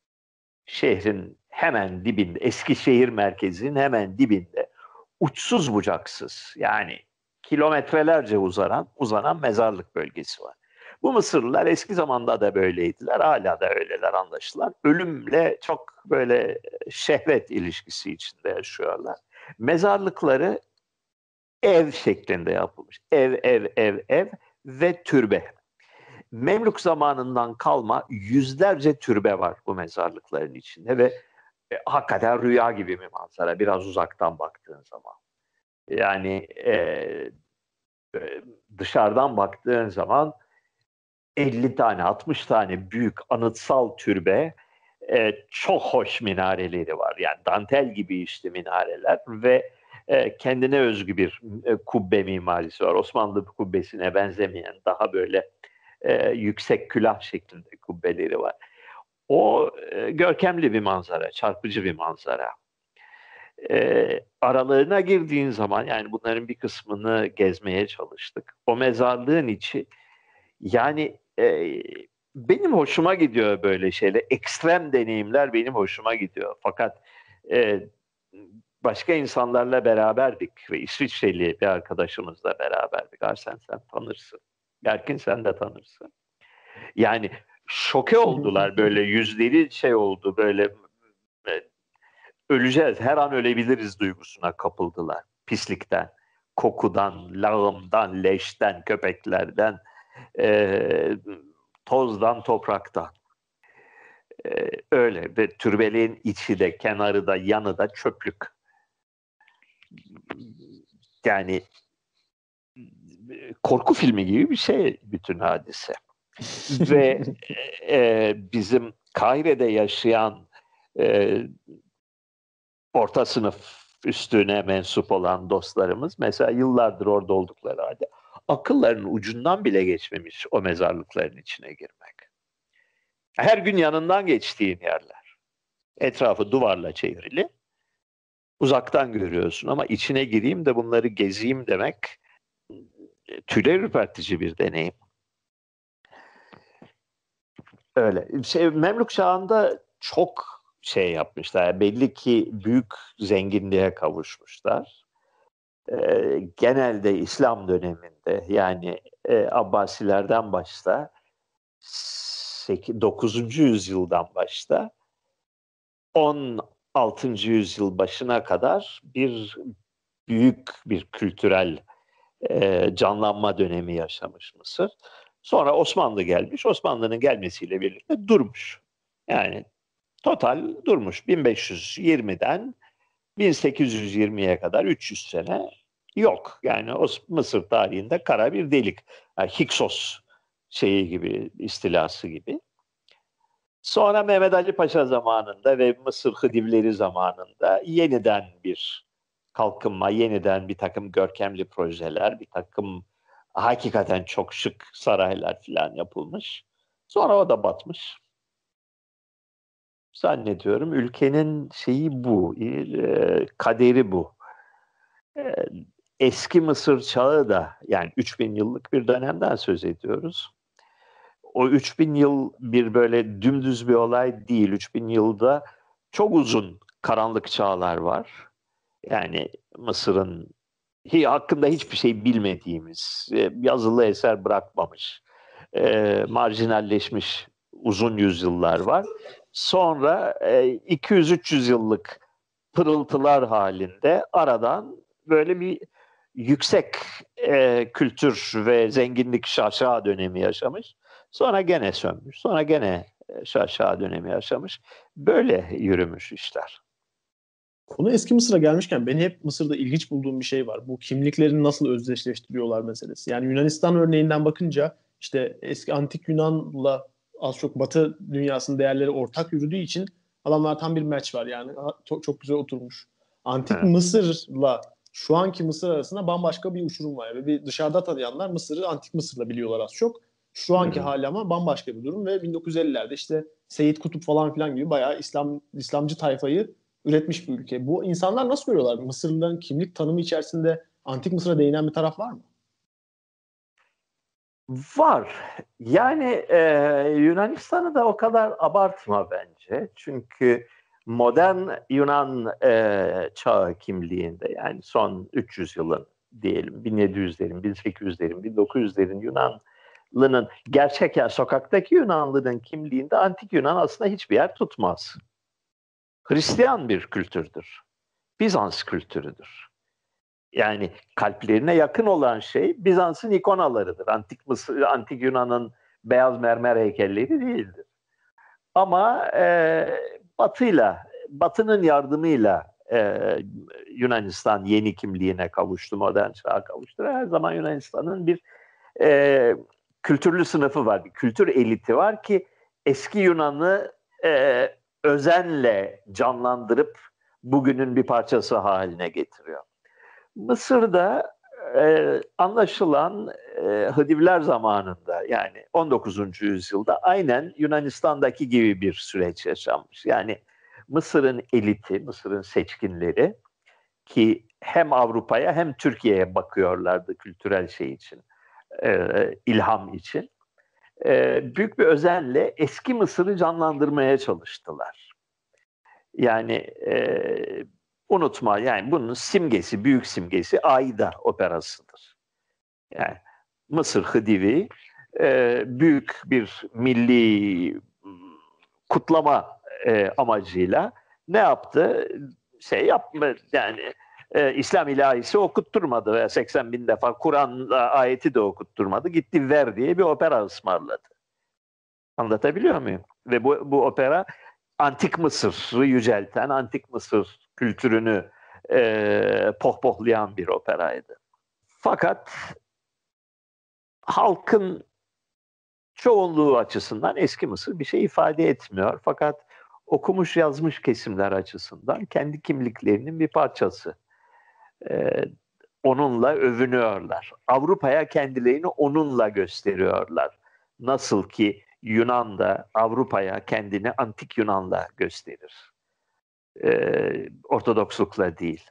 Şehrin hemen dibinde, eski şehir merkezinin hemen dibinde uçsuz bucaksız yani kilometrelerce uzanan, uzanan mezarlık bölgesi var. Bu Mısırlılar eski zamanda da böyleydiler, hala da öyleler anlaşılan. Ölümle çok böyle şehvet ilişkisi içinde yaşıyorlar. Mezarlıkları ev şeklinde yapılmış. Ev, ev, ev, ev ve türbe. Memlük zamanından kalma yüzlerce türbe var bu mezarlıkların içinde ve e, hakikaten rüya gibi bir manzara biraz uzaktan baktığın zaman. Yani e, dışarıdan baktığın zaman elli tane, altmış tane büyük anıtsal türbe, e, çok hoş minareleri var. Yani dantel gibi işte minareler ve e, kendine özgü bir e, kubbe mimarisi var. Osmanlı kubbesine benzemeyen daha böyle e, yüksek külah şeklinde kubbeleri var. O e, görkemli bir manzara, çarpıcı bir manzara. E, aralığına girdiğin zaman yani bunların bir kısmını gezmeye çalıştık. O mezarlığın içi yani e, benim hoşuma gidiyor böyle şeyler. Ekstrem deneyimler benim hoşuma gidiyor. Fakat e, başka insanlarla beraberdik ve İsviçreli bir arkadaşımızla beraberdik. Arsen sen tanırsın. Berkin sen de tanırsın. Yani şoke oldular böyle yüzleri şey oldu böyle e, öleceğiz her an ölebiliriz duygusuna kapıldılar. Pislikten, kokudan, lağımdan, leşten, köpeklerden, e, tozdan, topraktan. E, öyle ve türbeliğin içi de kenarı da yanı da çöplük. Yani korku filmi gibi bir şey bütün hadise. Ve e, bizim Kahire'de yaşayan e, orta sınıf üstüne mensup olan dostlarımız mesela yıllardır orada oldukları halde akıllarının ucundan bile geçmemiş o mezarlıkların içine girmek. Her gün yanından geçtiğin yerler. Etrafı duvarla çevrili. Uzaktan görüyorsun ama içine gireyim de bunları gezeyim demek tüyler ürpertici bir deneyim. Öyle. Şey, Memlük çağında çok şey yapmışlar. Belli ki büyük zenginliğe kavuşmuşlar. Ee, genelde İslam döneminde yani e, Abbasilerden başta dokuzuncu yüzyıldan başta on altıncı yüzyıl başına kadar bir büyük bir kültürel e, canlanma dönemi yaşamış Mısır. Sonra Osmanlı gelmiş. Osmanlı'nın gelmesiyle birlikte durmuş. Yani total durmuş. bin beş yüz yirmiden bin sekiz yüz yirmiye kadar üç yüz sene yok. Yani o Mısır tarihinde kara bir delik. Yani Hiksos şeyi gibi, istilası gibi. Sonra Mehmet Ali Paşa zamanında ve Mısır Hıdivleri zamanında yeniden bir kalkınma, yeniden bir takım görkemli projeler, bir takım hakikaten çok şık saraylar falan yapılmış. Sonra o da batmış. Zannediyorum ülkenin şeyi bu, e, kaderi bu. E, eski Mısır çağı da yani üç bin yıllık bir dönemden söz ediyoruz. O üç bin yıl bir böyle dümdüz bir olay değil. üç bin yılda çok uzun karanlık çağlar var. Yani Mısır'ın hi, hakkında hiçbir şey bilmediğimiz, e, yazılı eser bırakmamış, e, marjinalleşmiş uzun yüzyıllar var. Sonra e, iki yüz üç yüz yıllık pırıltılar halinde aradan böyle bir yüksek e, kültür ve zenginlik şaşa dönemi yaşamış. Sonra gene sönmüş. Sonra gene şaşa dönemi yaşamış. Böyle yürümüş işler. Konu eski Mısır'a gelmişken beni hep Mısır'da ilginç bulduğum bir şey var. Bu kimliklerini nasıl özdeşleştiriyorlar meselesi. Yani Yunanistan örneğinden bakınca işte eski antik Yunan'la az çok Batı dünyasının değerleri ortak yürüdüğü için adamlar tam bir match var yani. Çok, çok güzel oturmuş. Antik evet. Mısır'la şu anki Mısır arasında bambaşka bir uçurum var. Ve bir dışarıda tanıyanlar Mısır'ı antik Mısır'la biliyorlar az çok. Şu anki hmm. hali ama bambaşka bir durum ve bin dokuz yüz ellilerde işte Seyyid Kutup falan filan gibi bayağı İslam İslamcı tayfayı üretmiş bir ülke. Bu insanlar nasıl görüyorlar? Mısırlıların kimlik tanımı içerisinde antik Mısır'a değinen bir taraf var mı? Var. Yani e, Yunanistan'ı da o kadar abartma bence. Çünkü modern Yunan e, çağı kimliğinde yani son üç yüz yılın diyelim bin yedi yüzlerin, bin sekiz yüzlerin, bin dokuz yüzlerin Yunanlı'nın gerçek yani sokaktaki Yunanlı'nın kimliğinde antik Yunan aslında hiçbir yer tutmaz. Hristiyan bir kültürdür. Bizans kültürüdür. Yani kalplerine yakın olan şey Bizans'ın ikonalarıdır. Antik Mısır, Antik Yunan'ın beyaz mermer heykelleri değildir. Ama e, Batı'yla, Batı'nın yardımıyla e, Yunanistan yeni kimliğine kavuştu, modern çağa kavuştu. Her zaman Yunanistan'ın bir e, kültürlü sınıfı var, bir kültür eliti var ki eski Yunan'ı e, özenle canlandırıp bugünün bir parçası haline getiriyor. Mısır'da e, anlaşılan e, Hıdivler zamanında yani on dokuzuncu yüzyılda aynen Yunanistan'daki gibi bir süreç yaşanmış. Yani Mısır'ın eliti, Mısır'ın seçkinleri ki hem Avrupa'ya hem Türkiye'ye bakıyorlardı kültürel şey için, e, ilham için. E, büyük bir özenle eski Mısır'ı canlandırmaya çalıştılar. Yani e, unutma yani bunun simgesi, büyük simgesi Aida operasıdır. Yani Mısır Hıdivi e, büyük bir milli kutlama e, amacıyla ne yaptı? Şey yapma yani e, İslam ilahisi okutturmadı veya seksen bin defa Kur'an ayeti de okutturmadı. Gitti Ver diye bir opera ısmarladı. Anlatabiliyor muyum? Ve bu, bu opera Antik Mısır'ı yücelten, Antik Mısır kültürünü e, pohpohlayan bir operaydı. Fakat halkın çoğunluğu açısından eski Mısır bir şey ifade etmiyor. Fakat okumuş yazmış kesimler açısından kendi kimliklerinin bir parçası. E, onunla övünüyorlar. Avrupa'ya kendilerini onunla gösteriyorlar. Nasıl ki Yunan da Avrupa'ya kendini antik Yunan'la gösterir. Ee, Ortodokslukla değil.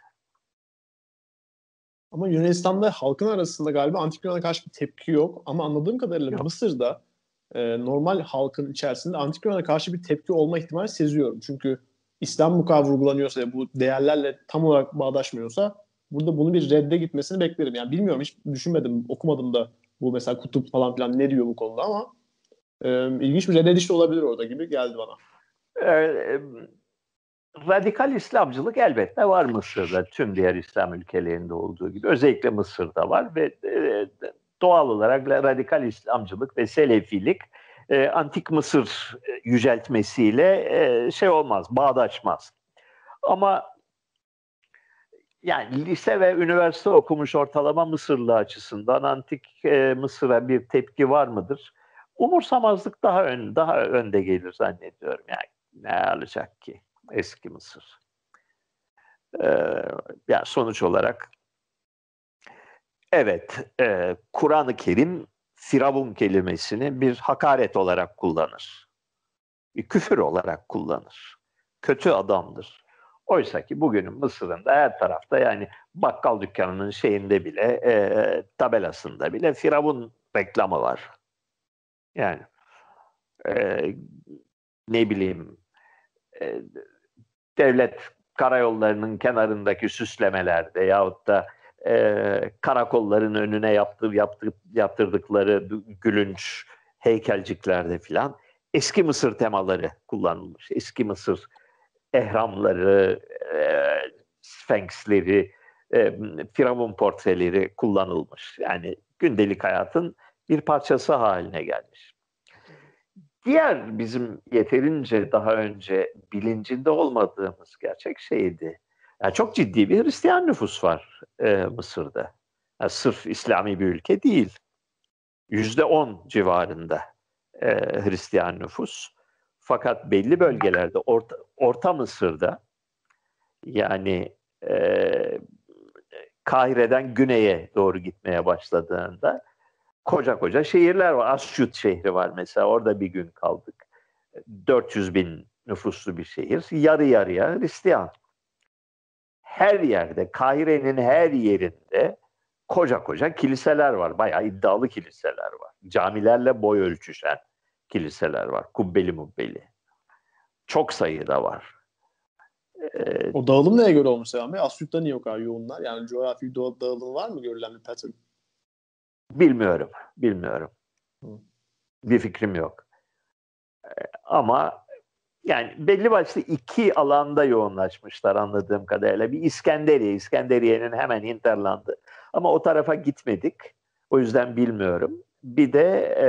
Ama Yunanistan'da halkın arasında galiba antik Yunan'a karşı bir tepki yok. Ama anladığım kadarıyla yok. Mısır'da e, normal halkın içerisinde Antik Yunan'a karşı bir tepki olma ihtimali seziyorum. Çünkü İslam bu kadar vurgulanıyorsa ve bu değerlerle tam olarak bağdaşmıyorsa burada bunu bir redde gitmesini beklerim. Yani bilmiyorum, hiç düşünmedim, okumadım da bu mesela Kutup falan filan ne diyor bu konuda ama e, ilginç bir reddediş de olabilir orada gibi geldi bana. Ee, radikal İslamcılık elbette var Mısır'da, tüm diğer İslam ülkelerinde olduğu gibi. Özellikle Mısır'da var ve e, doğal olarak radikal İslamcılık ve Selefilik e, Antik Mısır yüceltmesiyle e, şey olmaz, bağdaşmaz. Ama yani lise ve üniversite okumuş ortalama Mısırlı açısından Antik e, Mısır'a bir tepki var mıdır? Umursamazlık daha ön, daha önde gelir zannediyorum. Yani ne alacak ki eski Mısır? Ee, yani sonuç olarak evet, e, Kur'an-ı Kerim Firavun kelimesini bir hakaret olarak kullanır. Bir küfür olarak kullanır. Kötü adamdır. Oysa ki bugünün Mısır'ında her tarafta, yani bakkal dükkanının şeyinde bile, e, tabelasında bile Firavun reklamı var. Yani e, ne bileyim, e, devlet karayollarının kenarındaki süslemelerde yahut da e, karakolların önüne yaptır, yaptır, yaptırdıkları gülünç heykelciklerde filan eski Mısır temaları kullanılmış. Eski Mısır ehramları, e, sfenksleri, e, firavun portreleri kullanılmış. Yani gündelik hayatın bir parçası haline gelmiş. Diğer bizim yeterince daha önce bilincinde olmadığımız gerçek şeydi. Yani çok ciddi bir Hristiyan nüfus var e, Mısır'da. Yani sırf İslami bir ülke değil. Yüzde on civarında e, Hristiyan nüfus. Fakat belli bölgelerde, Orta, Orta Mısır'da, yani e, Kahire'den güneye doğru gitmeye başladığında koca koca şehirler var. Asyut şehri var mesela. Orada bir gün kaldık. dört yüz bin nüfuslu bir şehir. Yarı yarıya Hristiyan. Her yerde, Kahire'nin her yerinde koca koca kiliseler var. Bayağı iddialı kiliseler var. Camilerle boy ölçüşen kiliseler var. Kubbeli mubbeli. Çok sayıda var. Ee, o dağılım neye göre olmuş Selam Bey? Asyut'ta niye o kadar yoğunlar? Yani coğrafi dağılım var mı, görülen bir pattern? Bilmiyorum. Bilmiyorum. Hı. Bir fikrim yok. Ama yani belli başlı iki alanda yoğunlaşmışlar anladığım kadarıyla. Bir İskenderiye, İskenderiye'nin hemen hinterlandı. Ama o tarafa gitmedik. O yüzden bilmiyorum. Bir de e,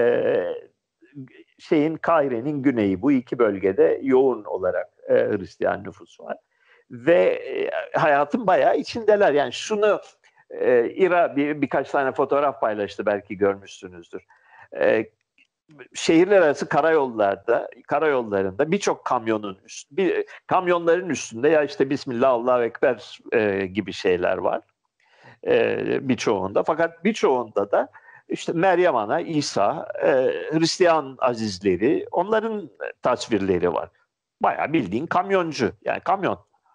şeyin Kahire'nin güneyi, bu iki bölgede yoğun olarak e, Hristiyan nüfus var. Ve e, hayatın bayağı içindeler. Yani şunu e, İra bir, birkaç tane fotoğraf paylaştı, belki görmüşsünüzdür. E, şehirler arası karayollarda, karayollarında birçok kamyonun üst, bir kamyonların üstünde ya işte Bismillah, Allahu Ekber e, gibi şeyler var. E, birçoğunda. Fakat birçoğunda da işte Meryem Ana, İsa, e, Hristiyan azizleri, onların tasvirleri var. Bayağı bildiğin kamyoncu. Yani kamyon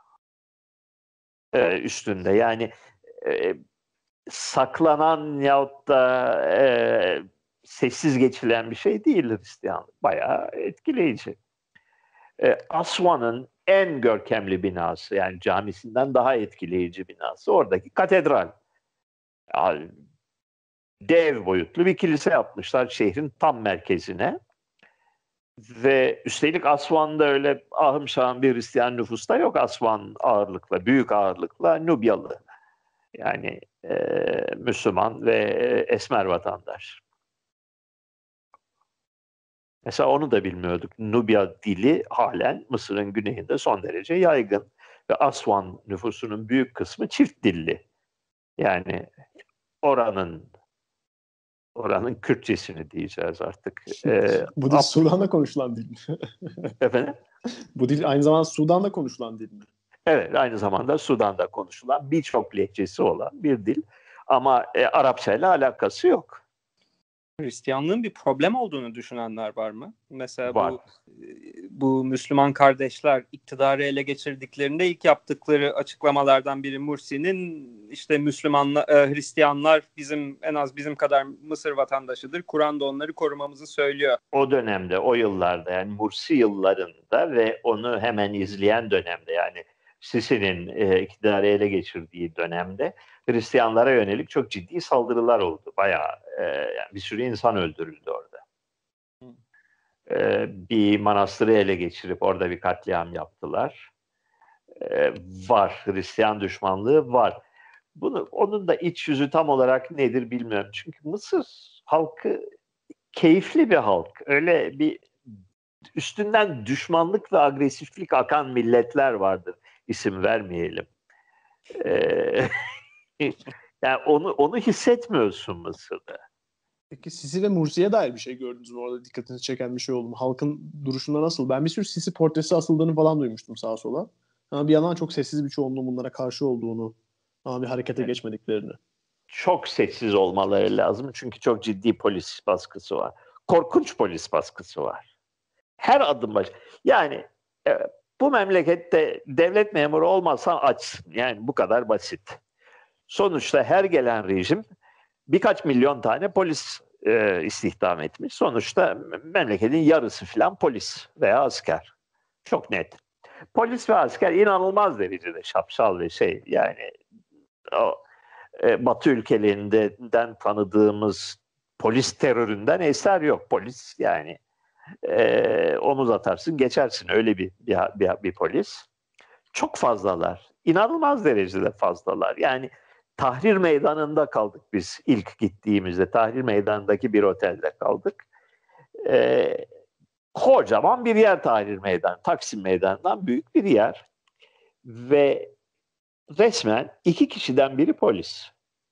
e, üstünde. Yani e, saklanan yahut da e, sessiz geçilen bir şey değil Hristiyanlık. Bayağı etkileyici. E, Aswan'ın en görkemli binası, yani camisinden daha etkileyici binası oradaki katedral. Yani dev boyutlu bir kilise yapmışlar şehrin tam merkezine. Ve üstelik Aswan'da öyle ahım şahım bir Hristiyan nüfusta yok. Aswan ağırlıkla, büyük ağırlıkla Nubyalı. Yani e, Müslüman ve esmer vatandaş. Mesela onu da bilmiyorduk. Nubya dili halen Mısır'ın güneyinde son derece yaygın. Ve Aswan nüfusunun büyük kısmı çift dilli. Yani oranın oranın Kürtçesini diyeceğiz artık. Ee, Bu dil Sudan'da konuşulan dil mi? Efendim? Bu dil aynı zamanda Sudan'da konuşulan dil mi? Evet, aynı zamanda Sudan'da konuşulan, birçok lehçesi olan bir dil. Ama e, Arapça ile alakası yok. Hristiyanlığın bir problem olduğunu düşünenler var mı? Mesela Var. bu bu Müslüman kardeşler iktidarı ele geçirdiklerinde ilk yaptıkları açıklamalardan biri Mursi'nin işte Müslümanlar, e, Hristiyanlar bizim en az bizim kadar Mısır vatandaşıdır. Kur'an da onları korumamızı söylüyor. O dönemde, o yıllarda yani Mursi yıllarında ve onu hemen izleyen dönemde yani Sisi'nin e, iktidarı ele geçirdiği dönemde Hristiyanlara yönelik çok ciddi saldırılar oldu. Bayağı e, yani bir sürü insan öldürüldü orada. E, bir manastırı ele geçirip orada bir katliam yaptılar. E, var, Hristiyan düşmanlığı var. Bunu, onun da iç yüzü tam olarak nedir bilmiyorum. Çünkü Mısır halkı keyifli bir halk. Öyle bir üstünden düşmanlık ve agresiflik akan milletler vardır. İsim vermeyelim. Ee, yani onu onu hissetmiyorsun Mısır'da. Peki Sisi ve Mursi'ye dair bir şey gördünüz mü? Orada dikkatinizi çeken bir şey oldu mu? Halkın duruşunda nasıl? Ben bir sürü Sisi portresi asıldığını falan duymuştum sağa sola. Ama bir yandan çok sessiz bir çoğunluğun bunlara karşı olduğunu, ama bir harekete Evet. geçmediklerini. Çok sessiz olmaları lazım. Çünkü çok ciddi polis baskısı var. Korkunç polis baskısı var. Her adım baş. Yani e, bu memlekette devlet memuru olmazsan açsın. Yani bu kadar basit. Sonuçta her gelen rejim birkaç milyon tane polis e, istihdam etmiş. Sonuçta memleketin yarısı falan polis veya asker. Çok net. Polis ve asker inanılmaz derecede şapşal ve şey yani o e, Batı ülkelerinden tanıdığımız polis teröründen eser yok. Polis yani e, omuz atarsın geçersin öyle bir, bir, bir, bir polis. Çok fazlalar. İnanılmaz derecede fazlalar. Yani Tahrir Meydanı'nda kaldık biz ilk gittiğimizde. Tahrir Meydanı'ndaki bir otelde kaldık. Ee, kocaman bir yer Tahrir Meydanı. Taksim Meydanı'ndan büyük bir yer. Ve resmen iki kişiden biri polis.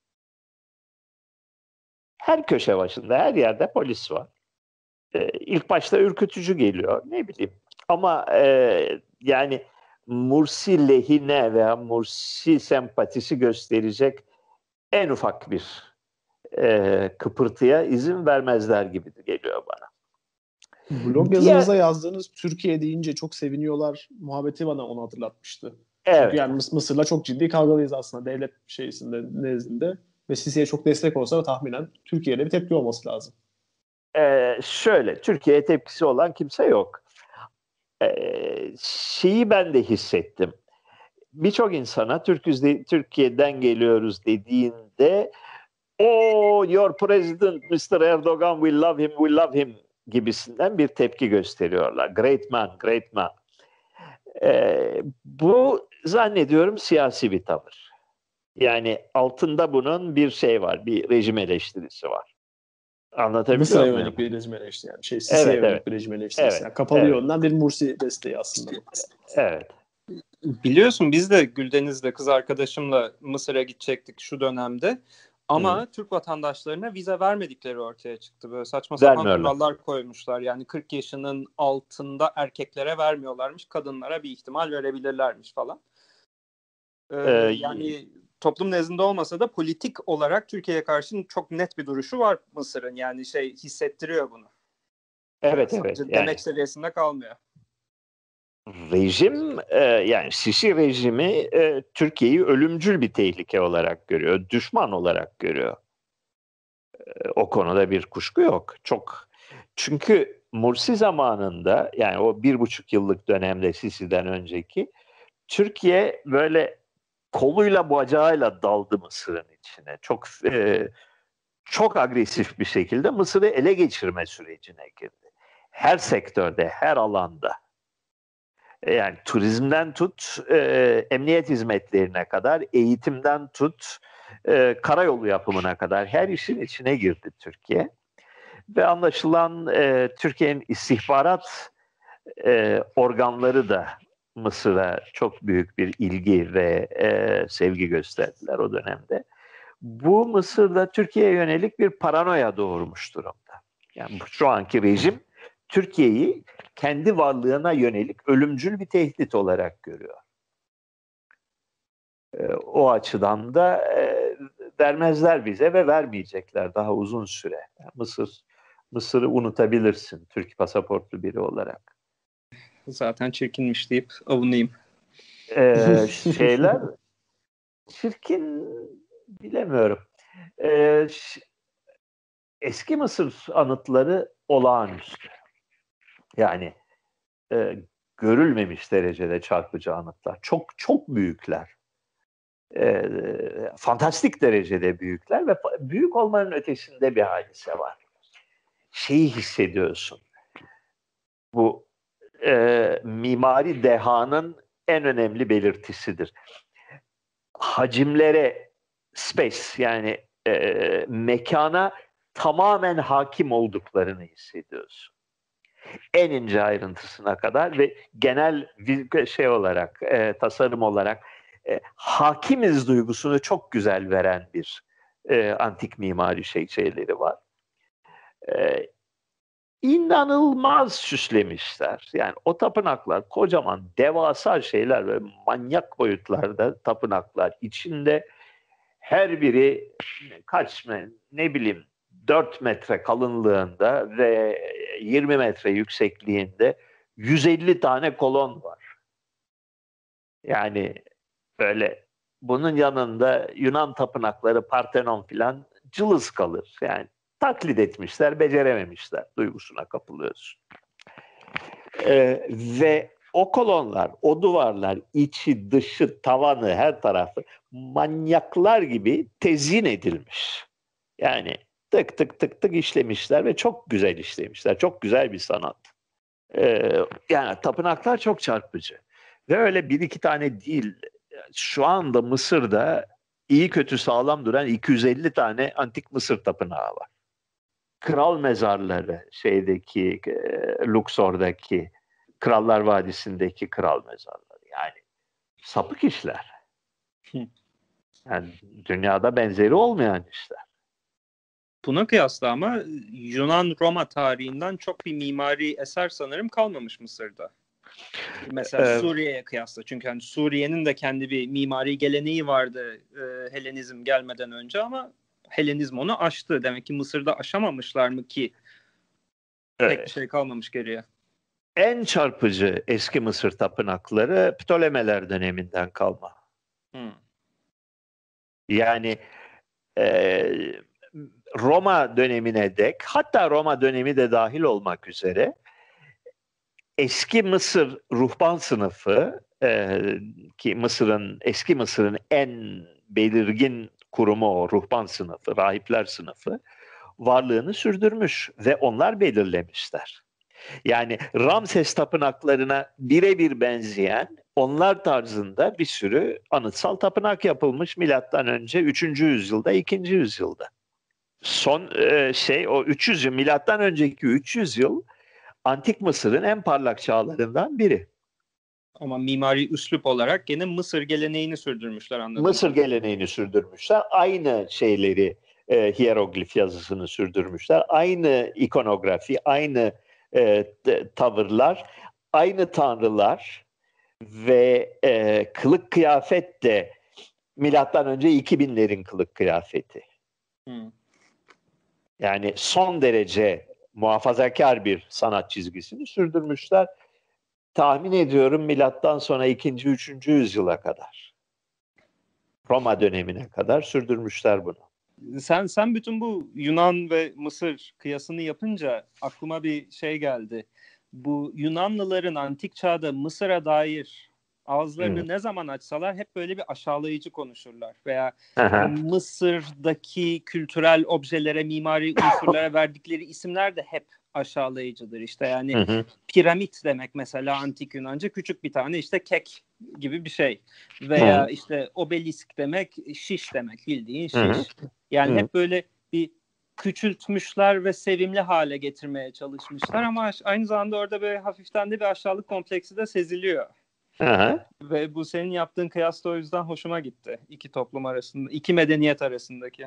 Her köşe başında, her yerde polis var. Ee, ilk başta ürkütücü geliyor. Ne bileyim. Ama e, yani Mursi lehine veya Mursi sempatisi gösterecek en ufak bir e, kıpırtıya izin vermezler gibi geliyor bana. Blog Diğer, yazınızda yazdığınız Türkiye deyince çok seviniyorlar muhabbeti bana onu hatırlatmıştı. evet. Çünkü yani Mıs- Mısır'la çok ciddi kavgalıyız aslında devlet şeysinde, nezdinde. Ve Sisi'ye çok destek olsa da tahminen Türkiye'de bir tepki olması lazım. Ee, şöyle, Türkiye'ye tepkisi olan kimse yok. Ee, şeyi ben de hissettim. Birçok insana Türküz de, Türkiye'den geliyoruz dediğinde "Oh, your president mister Erdogan, we love him, we love him" gibisinden bir tepki gösteriyorlar. Great man, great man. Ee, bu zannediyorum siyasi bir tavır. Yani altında bunun bir şey var, bir rejim eleştirisi var. Anlatabiliyor Mısır'a muyum? yönelik bir rejim eleştirisi yani. Şey, Sisi'ye Evet, yönelik evet. bir rejim eleştirisi. Evet, Yani kapalı evet. yönden bir Mursi desteği aslında. Evet. Biliyorsun biz de Güldeniz'le kız arkadaşımla Mısır'a gidecektik şu dönemde. Ama hmm. Türk vatandaşlarına vize vermedikleri ortaya çıktı. Böyle saçma sapan kurallar koymuşlar. Yani kırk yaşının altında erkeklere vermiyorlarmış. Kadınlara bir ihtimal verebilirlermiş falan. Ee, ee, yani toplum nezdinde olmasa da politik olarak Türkiye'ye karşı çok net bir duruşu var Mısır'ın. Yani şey hissettiriyor bunu. Evet, yani evet. Sadece yani demek seviyesinde kalmıyor. Rejim e, yani Sisi rejimi e, Türkiye'yi ölümcül bir tehlike olarak görüyor. Düşman olarak görüyor. E, o konuda bir kuşku yok. Çok. Çünkü Mursi zamanında yani o bir buçuk yıllık dönemde Sisi'den önceki Türkiye böyle koluyla bacağıyla daldı Mısır'ın içine. Çok e, çok agresif bir şekilde Mısır'ı ele geçirme sürecine girdi. Her sektörde, her alanda. Yani turizmden tut, e, emniyet hizmetlerine kadar, eğitimden tut, e, karayolu yapımına kadar her işin içine girdi Türkiye. Ve anlaşılan e, Türkiye'nin istihbarat e, organları da Mısır'a çok büyük bir ilgi ve e, sevgi gösterdiler o dönemde. Bu Mısır'da Türkiye'ye yönelik bir paranoya doğurmuş durumda. Yani şu anki rejim Türkiye'yi kendi varlığına yönelik ölümcül bir tehdit olarak görüyor. E, o açıdan da e, vermezler bize ve vermeyecekler daha uzun süre. Yani Mısır Mısır'ı unutabilirsin Türk pasaportlu biri olarak. Zaten çirkinmiş deyip avunayım. Ee, şeyler çirkin bilemiyorum. Ee, ş- eski Mısır anıtları olağanüstü. Yani e, görülmemiş derecede çarpıcı anıtlar. Çok çok büyükler. E, fantastik derecede büyükler ve fa- büyük olmanın ötesinde bir hadise var. Şeyi hissediyorsun. Bu e, mimari dehanın en önemli belirtisidir. Hacimlere, space yani e, mekana tamamen hakim olduklarını hissediyorsun. En ince ayrıntısına kadar ve genel şey olarak, e, tasarım olarak e, hakimiz duygusunu çok güzel veren bir e, antik mimari şey şeyleri var. E, inanılmaz süslemişler. Yani o tapınaklar kocaman, devasa şeyler ve manyak boyutlarda tapınaklar. İçinde her biri kaç ne bileyim dört metre kalınlığında ve yirmi metre yüksekliğinde yüz elli tane kolon var. Yani böyle bunun yanında Yunan tapınakları Parthenon filan cılız kalır. Yani taklit etmişler, becerememişler duygusuna kapılıyorsun. Ee, ve o kolonlar, o duvarlar, içi, dışı, tavanı, her tarafı manyaklar gibi tezyin edilmiş. Yani tık tık tık tık işlemişler ve çok güzel işlemişler. Çok güzel bir sanat. Ee, yani tapınaklar çok çarpıcı. Ve öyle bir iki tane değil. Şu anda Mısır'da iyi kötü sağlam duran iki yüz elli tane antik Mısır tapınağı var. Kral mezarları şeydeki, e, Luxor'daki, Krallar Vadisi'ndeki kral mezarları. Yani sapık işler. Yani dünyada benzeri olmayan işler. Buna kıyasla ama Yunan-Roma tarihinden çok bir mimari eser sanırım kalmamış Mısır'da. Mesela Ee, Suriye'ye kıyasla. Çünkü hani Suriye'nin de kendi bir mimari geleneği vardı e, Helenizm gelmeden önce ama Helenizm onu aştı. Demek ki Mısır'da aşamamışlar mı ki pek evet. bir şey kalmamış geriye. En çarpıcı eski Mısır tapınakları Ptolemeler döneminden kalma. Hmm. Yani e, Roma dönemine dek, hatta Roma dönemi de dahil olmak üzere eski Mısır ruhban sınıfı e, ki Mısır'ın eski Mısır'ın en belirgin kurumu o ruhban sınıfı, rahipler sınıfı varlığını sürdürmüş ve onlar belirlemişler. Yani Ramses tapınaklarına birebir benzeyen onlar tarzında bir sürü anıtsal tapınak yapılmış milattan önce üçüncü yüzyılda, ikinci yüzyılda. Son e, şey o üç yüz yıl, milattan önceki üç yüz yıl Antik Mısır'ın en parlak çağlarından biri. Ama mimari üslup olarak gene Mısır geleneğini sürdürmüşler anladığım Mısır kadarıyla. geleneğini sürdürmüşler. Aynı şeyleri, e, hieroglif yazısını sürdürmüşler. Aynı ikonografi, aynı e, tavırlar, aynı tanrılar ve e, kılık kıyafet de milattan önce iki binlerin kılık kıyafeti. Hmm. Yani son derece muhafazakar bir sanat çizgisini sürdürmüşler. Tahmin ediyorum milattan sonra ikinci, üçüncü yüzyıla kadar. Roma dönemine kadar sürdürmüşler bunu. Sen sen bütün bu Yunan ve Mısır kıyasını yapınca aklıma bir şey geldi. Bu Yunanlıların antik çağda Mısır'a dair ağızlarını Hı. ne zaman açsalar hep böyle bir aşağılayıcı konuşurlar. Veya Aha. Mısır'daki kültürel objelere, mimari unsurlara verdikleri isimler de hep aşağılayıcıdır. İşte yani Hı hı. piramit demek mesela antik Yunanca küçük bir tane işte kek gibi bir şey. Veya Hı. işte obelisk demek şiş demek, bildiğin Hı hı. şiş. Yani Hı. hep böyle bir küçültmüşler ve sevimli hale getirmeye çalışmışlar ama aynı zamanda orada böyle hafiften de bir aşağılık kompleksi de seziliyor. Aha. Ve bu senin yaptığın kıyas da o yüzden hoşuma gitti. İki toplum arasında, iki medeniyet arasındaki.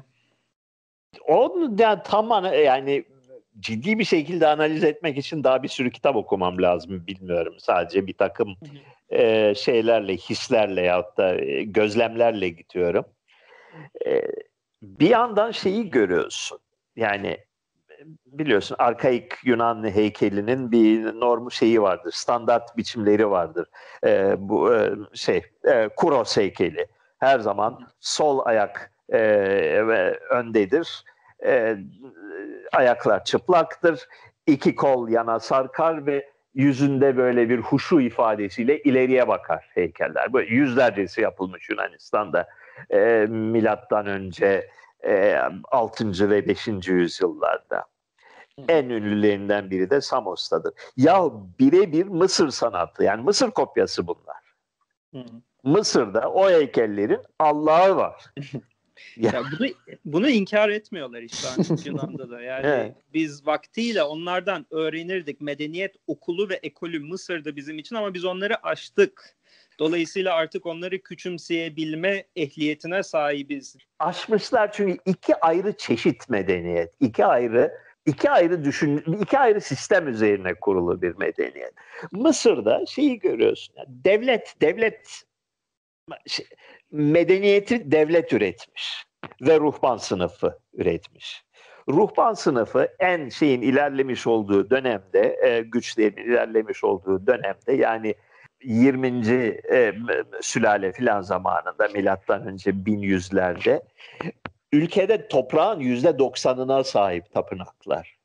Onu yani tam yani ciddi bir şekilde analiz etmek için daha bir sürü kitap okumam lazım, bilmiyorum. Sadece bir takım Hı hı. e, şeylerle, hislerle yahut da e, gözlemlerle gidiyorum. E, bir yandan şeyi görüyorsun. Yani biliyorsun arkaik Yunan heykelinin bir norm şeyi vardır, standart biçimleri vardır. E, bu e, şey e, Kuros heykeli her zaman sol ayak e, ve öndedir. E, ayaklar çıplaktır. İki kol yana sarkar ve yüzünde böyle bir huşu ifadesiyle ileriye bakar heykeller. Böyle yüzlercesi yapılmış Yunanistan'da e, milattan önce e, altıncı ve beşinci yüzyıllarda. En ünlülerinden biri de Samos'tadır. Ya birebir Mısır sanatı, yani Mısır kopyası bunlar. Hı. Mısır'da o heykellerin Allah'ı var. Ya bunu bunu inkar etmiyorlar işte Yunan'da da. Yani evet. Biz vaktiyle onlardan öğrenirdik. Medeniyet okulu ve ekolü Mısır'da bizim için ama biz onları aştık. Dolayısıyla artık onları küçümseyebilme ehliyetine sahibiz. Aşmışlar çünkü iki ayrı çeşit medeniyet, iki ayrı iki ayrı düşün, iki ayrı sistem üzerine kurulu bir medeniyet. Mısır'da şeyi görüyorsun. Yani devlet, devlet şey, medeniyeti devlet üretmiş ve ruhban sınıfı üretmiş. Ruhban sınıfı en şeyin ilerlemiş olduğu dönemde, e, güçlerin ilerlemiş olduğu dönemde, yani yirminci E, sülale filan zamanında milattan önce bin yüzlerde ülkede toprağın yüzde doksanına sahip tapınaklar.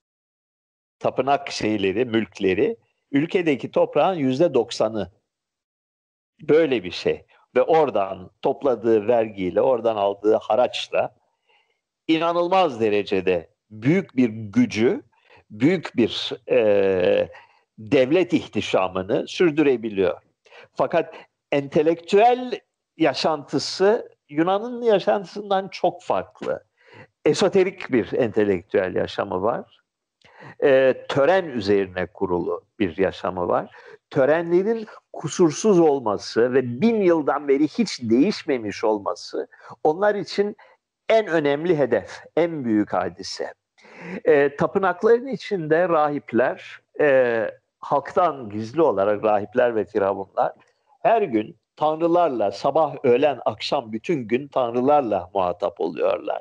Tapınak şeyleri, mülkleri ülkedeki toprağın yüzde doksanı. Böyle bir şey. Ve oradan topladığı vergiyle, oradan aldığı haraçla inanılmaz derecede büyük bir gücü, büyük bir e, devlet ihtişamını sürdürebiliyor. Fakat entelektüel yaşantısı Yunan'ın yaşantısından çok farklı. Esoterik bir entelektüel yaşamı var. E, tören üzerine kurulu bir yaşamı var. Törenlerin kusursuz olması ve bin yıldan beri hiç değişmemiş olması onlar için en önemli hedef, en büyük hadise. E, tapınakların içinde rahipler, e, halktan gizli olarak rahipler ve firavunlar her gün tanrılarla, sabah, öğlen, akşam bütün gün tanrılarla muhatap oluyorlar.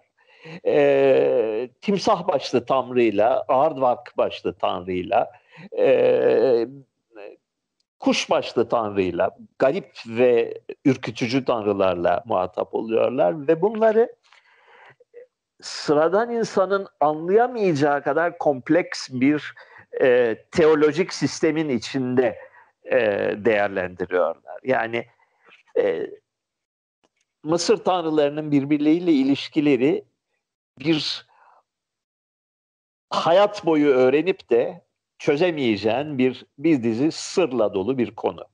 E, timsah başlı tanrıyla, Aardvark başlı tanrıyla, e, kuş başlı tanrıyla, garip ve ürkütücü tanrılarla muhatap oluyorlar ve bunları sıradan insanın anlayamayacağı kadar kompleks bir e, teolojik sistemin içinde e, değerlendiriyorlar. Yani e, Mısır tanrılarının birbirleriyle ilişkileri bir hayat boyu öğrenip de çözemeyeceğin bir bir dizi sırla dolu bir konu.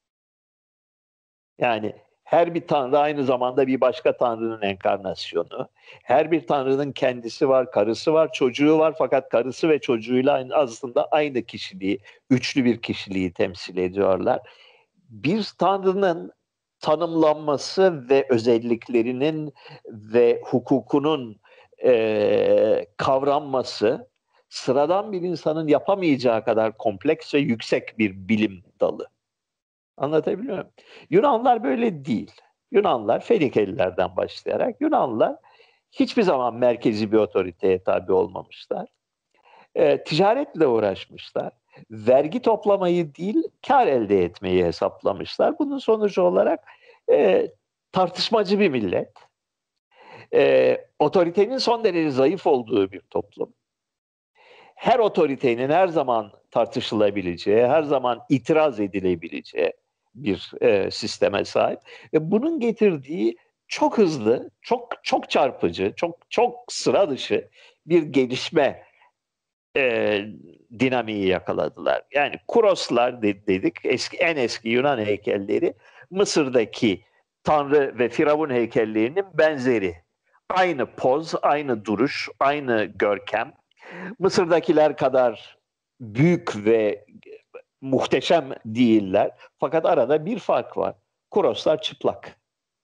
Yani her bir tanrı aynı zamanda bir başka tanrının enkarnasyonu. Her bir tanrının kendisi var, karısı var, çocuğu var. Fakat karısı ve çocuğuyla aslında aynı kişiliği, üçlü bir kişiliği temsil ediyorlar. Bir tanrının tanımlanması ve özelliklerinin ve hukukunun e, kavranması sıradan bir insanın yapamayacağı kadar kompleks ve yüksek bir bilim dalı. Anlatabiliyor muyum? Yunanlılar böyle değil. Yunanlılar Fenikelilerden başlayarak Yunanlılar hiçbir zaman merkezi bir otoriteye tabi olmamışlar. E, ticaretle uğraşmışlar. Vergi toplamayı değil, kar elde etmeyi hesaplamışlar. Bunun sonucu olarak e, tartışmacı bir millet. E, otoritenin son derece zayıf olduğu bir toplum. Her otoritenin her zaman tartışılabileceği, her zaman itiraz edilebileceği bir e, sisteme sahip. Ve bunun getirdiği çok hızlı, çok çok çarpıcı, çok çok sıra dışı bir gelişme e, dinamiği yakaladılar. Yani Kuroslar dedik, eski en eski Yunan heykelleri Mısır'daki Tanrı ve Firavun heykellerinin benzeri. Aynı poz, aynı duruş, aynı görkem. Mısır'dakiler kadar büyük ve muhteşem değiller. Fakat arada bir fark var. Kuroslar çıplak.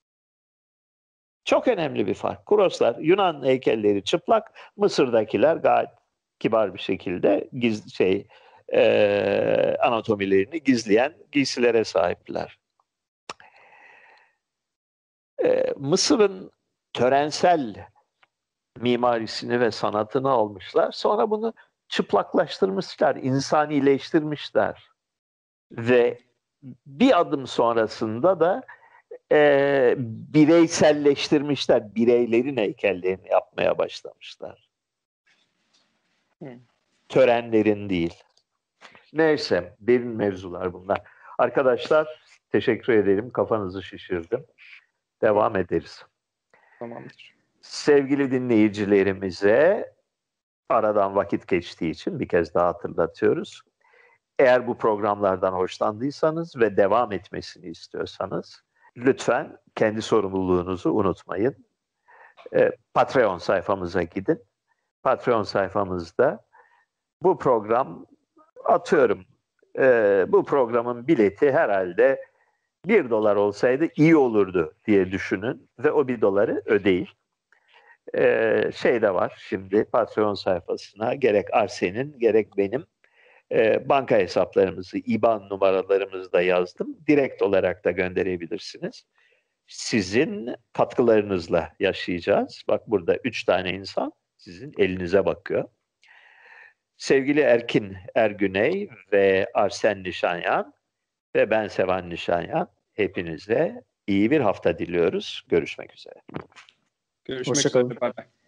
Çok önemli bir fark. Kuroslar, Yunan heykelleri çıplak, Mısır'dakiler gayet kibar bir şekilde giz, şey e, anatomilerini gizleyen giysilere sahipler. E, Mısır'ın törensel mimarisini ve sanatını almışlar. Sonra bunu çıplaklaştırmışlar, insanileştirmişler. Ve bir adım sonrasında da e, bireyselleştirmişler. Bireylerin heykellerini yapmaya başlamışlar. Hmm. Törenlerin değil. Neyse, derin mevzular bunlar. Arkadaşlar, teşekkür ederim. Kafanızı şişirdim. Devam ederiz. Tamamdır. Sevgili dinleyicilerimize aradan vakit geçtiği için bir kez daha hatırlatıyoruz. Eğer bu programlardan hoşlandıysanız ve devam etmesini istiyorsanız lütfen kendi sorumluluğunuzu unutmayın. Ee, Patreon sayfamıza gidin. Patreon sayfamızda bu program atıyorum. E, bu programın bileti herhalde bir dolar olsaydı iyi olurdu diye düşünün ve o bir doları ödeyin. Ee, şey de var şimdi Patreon sayfasına gerek Arsen'in gerek benim e, banka hesaplarımızı, I B A N numaralarımızı da yazdım. Direkt olarak da gönderebilirsiniz. Sizin katkılarınızla yaşayacağız. Bak burada üç tane insan sizin elinize bakıyor. Sevgili Erkin Ergüney ve Arsen Nişanyan ve ben Sevan Nişanyan hepinize iyi bir hafta diliyoruz. Görüşmek üzere. Görüşmek üzere. Bye bye.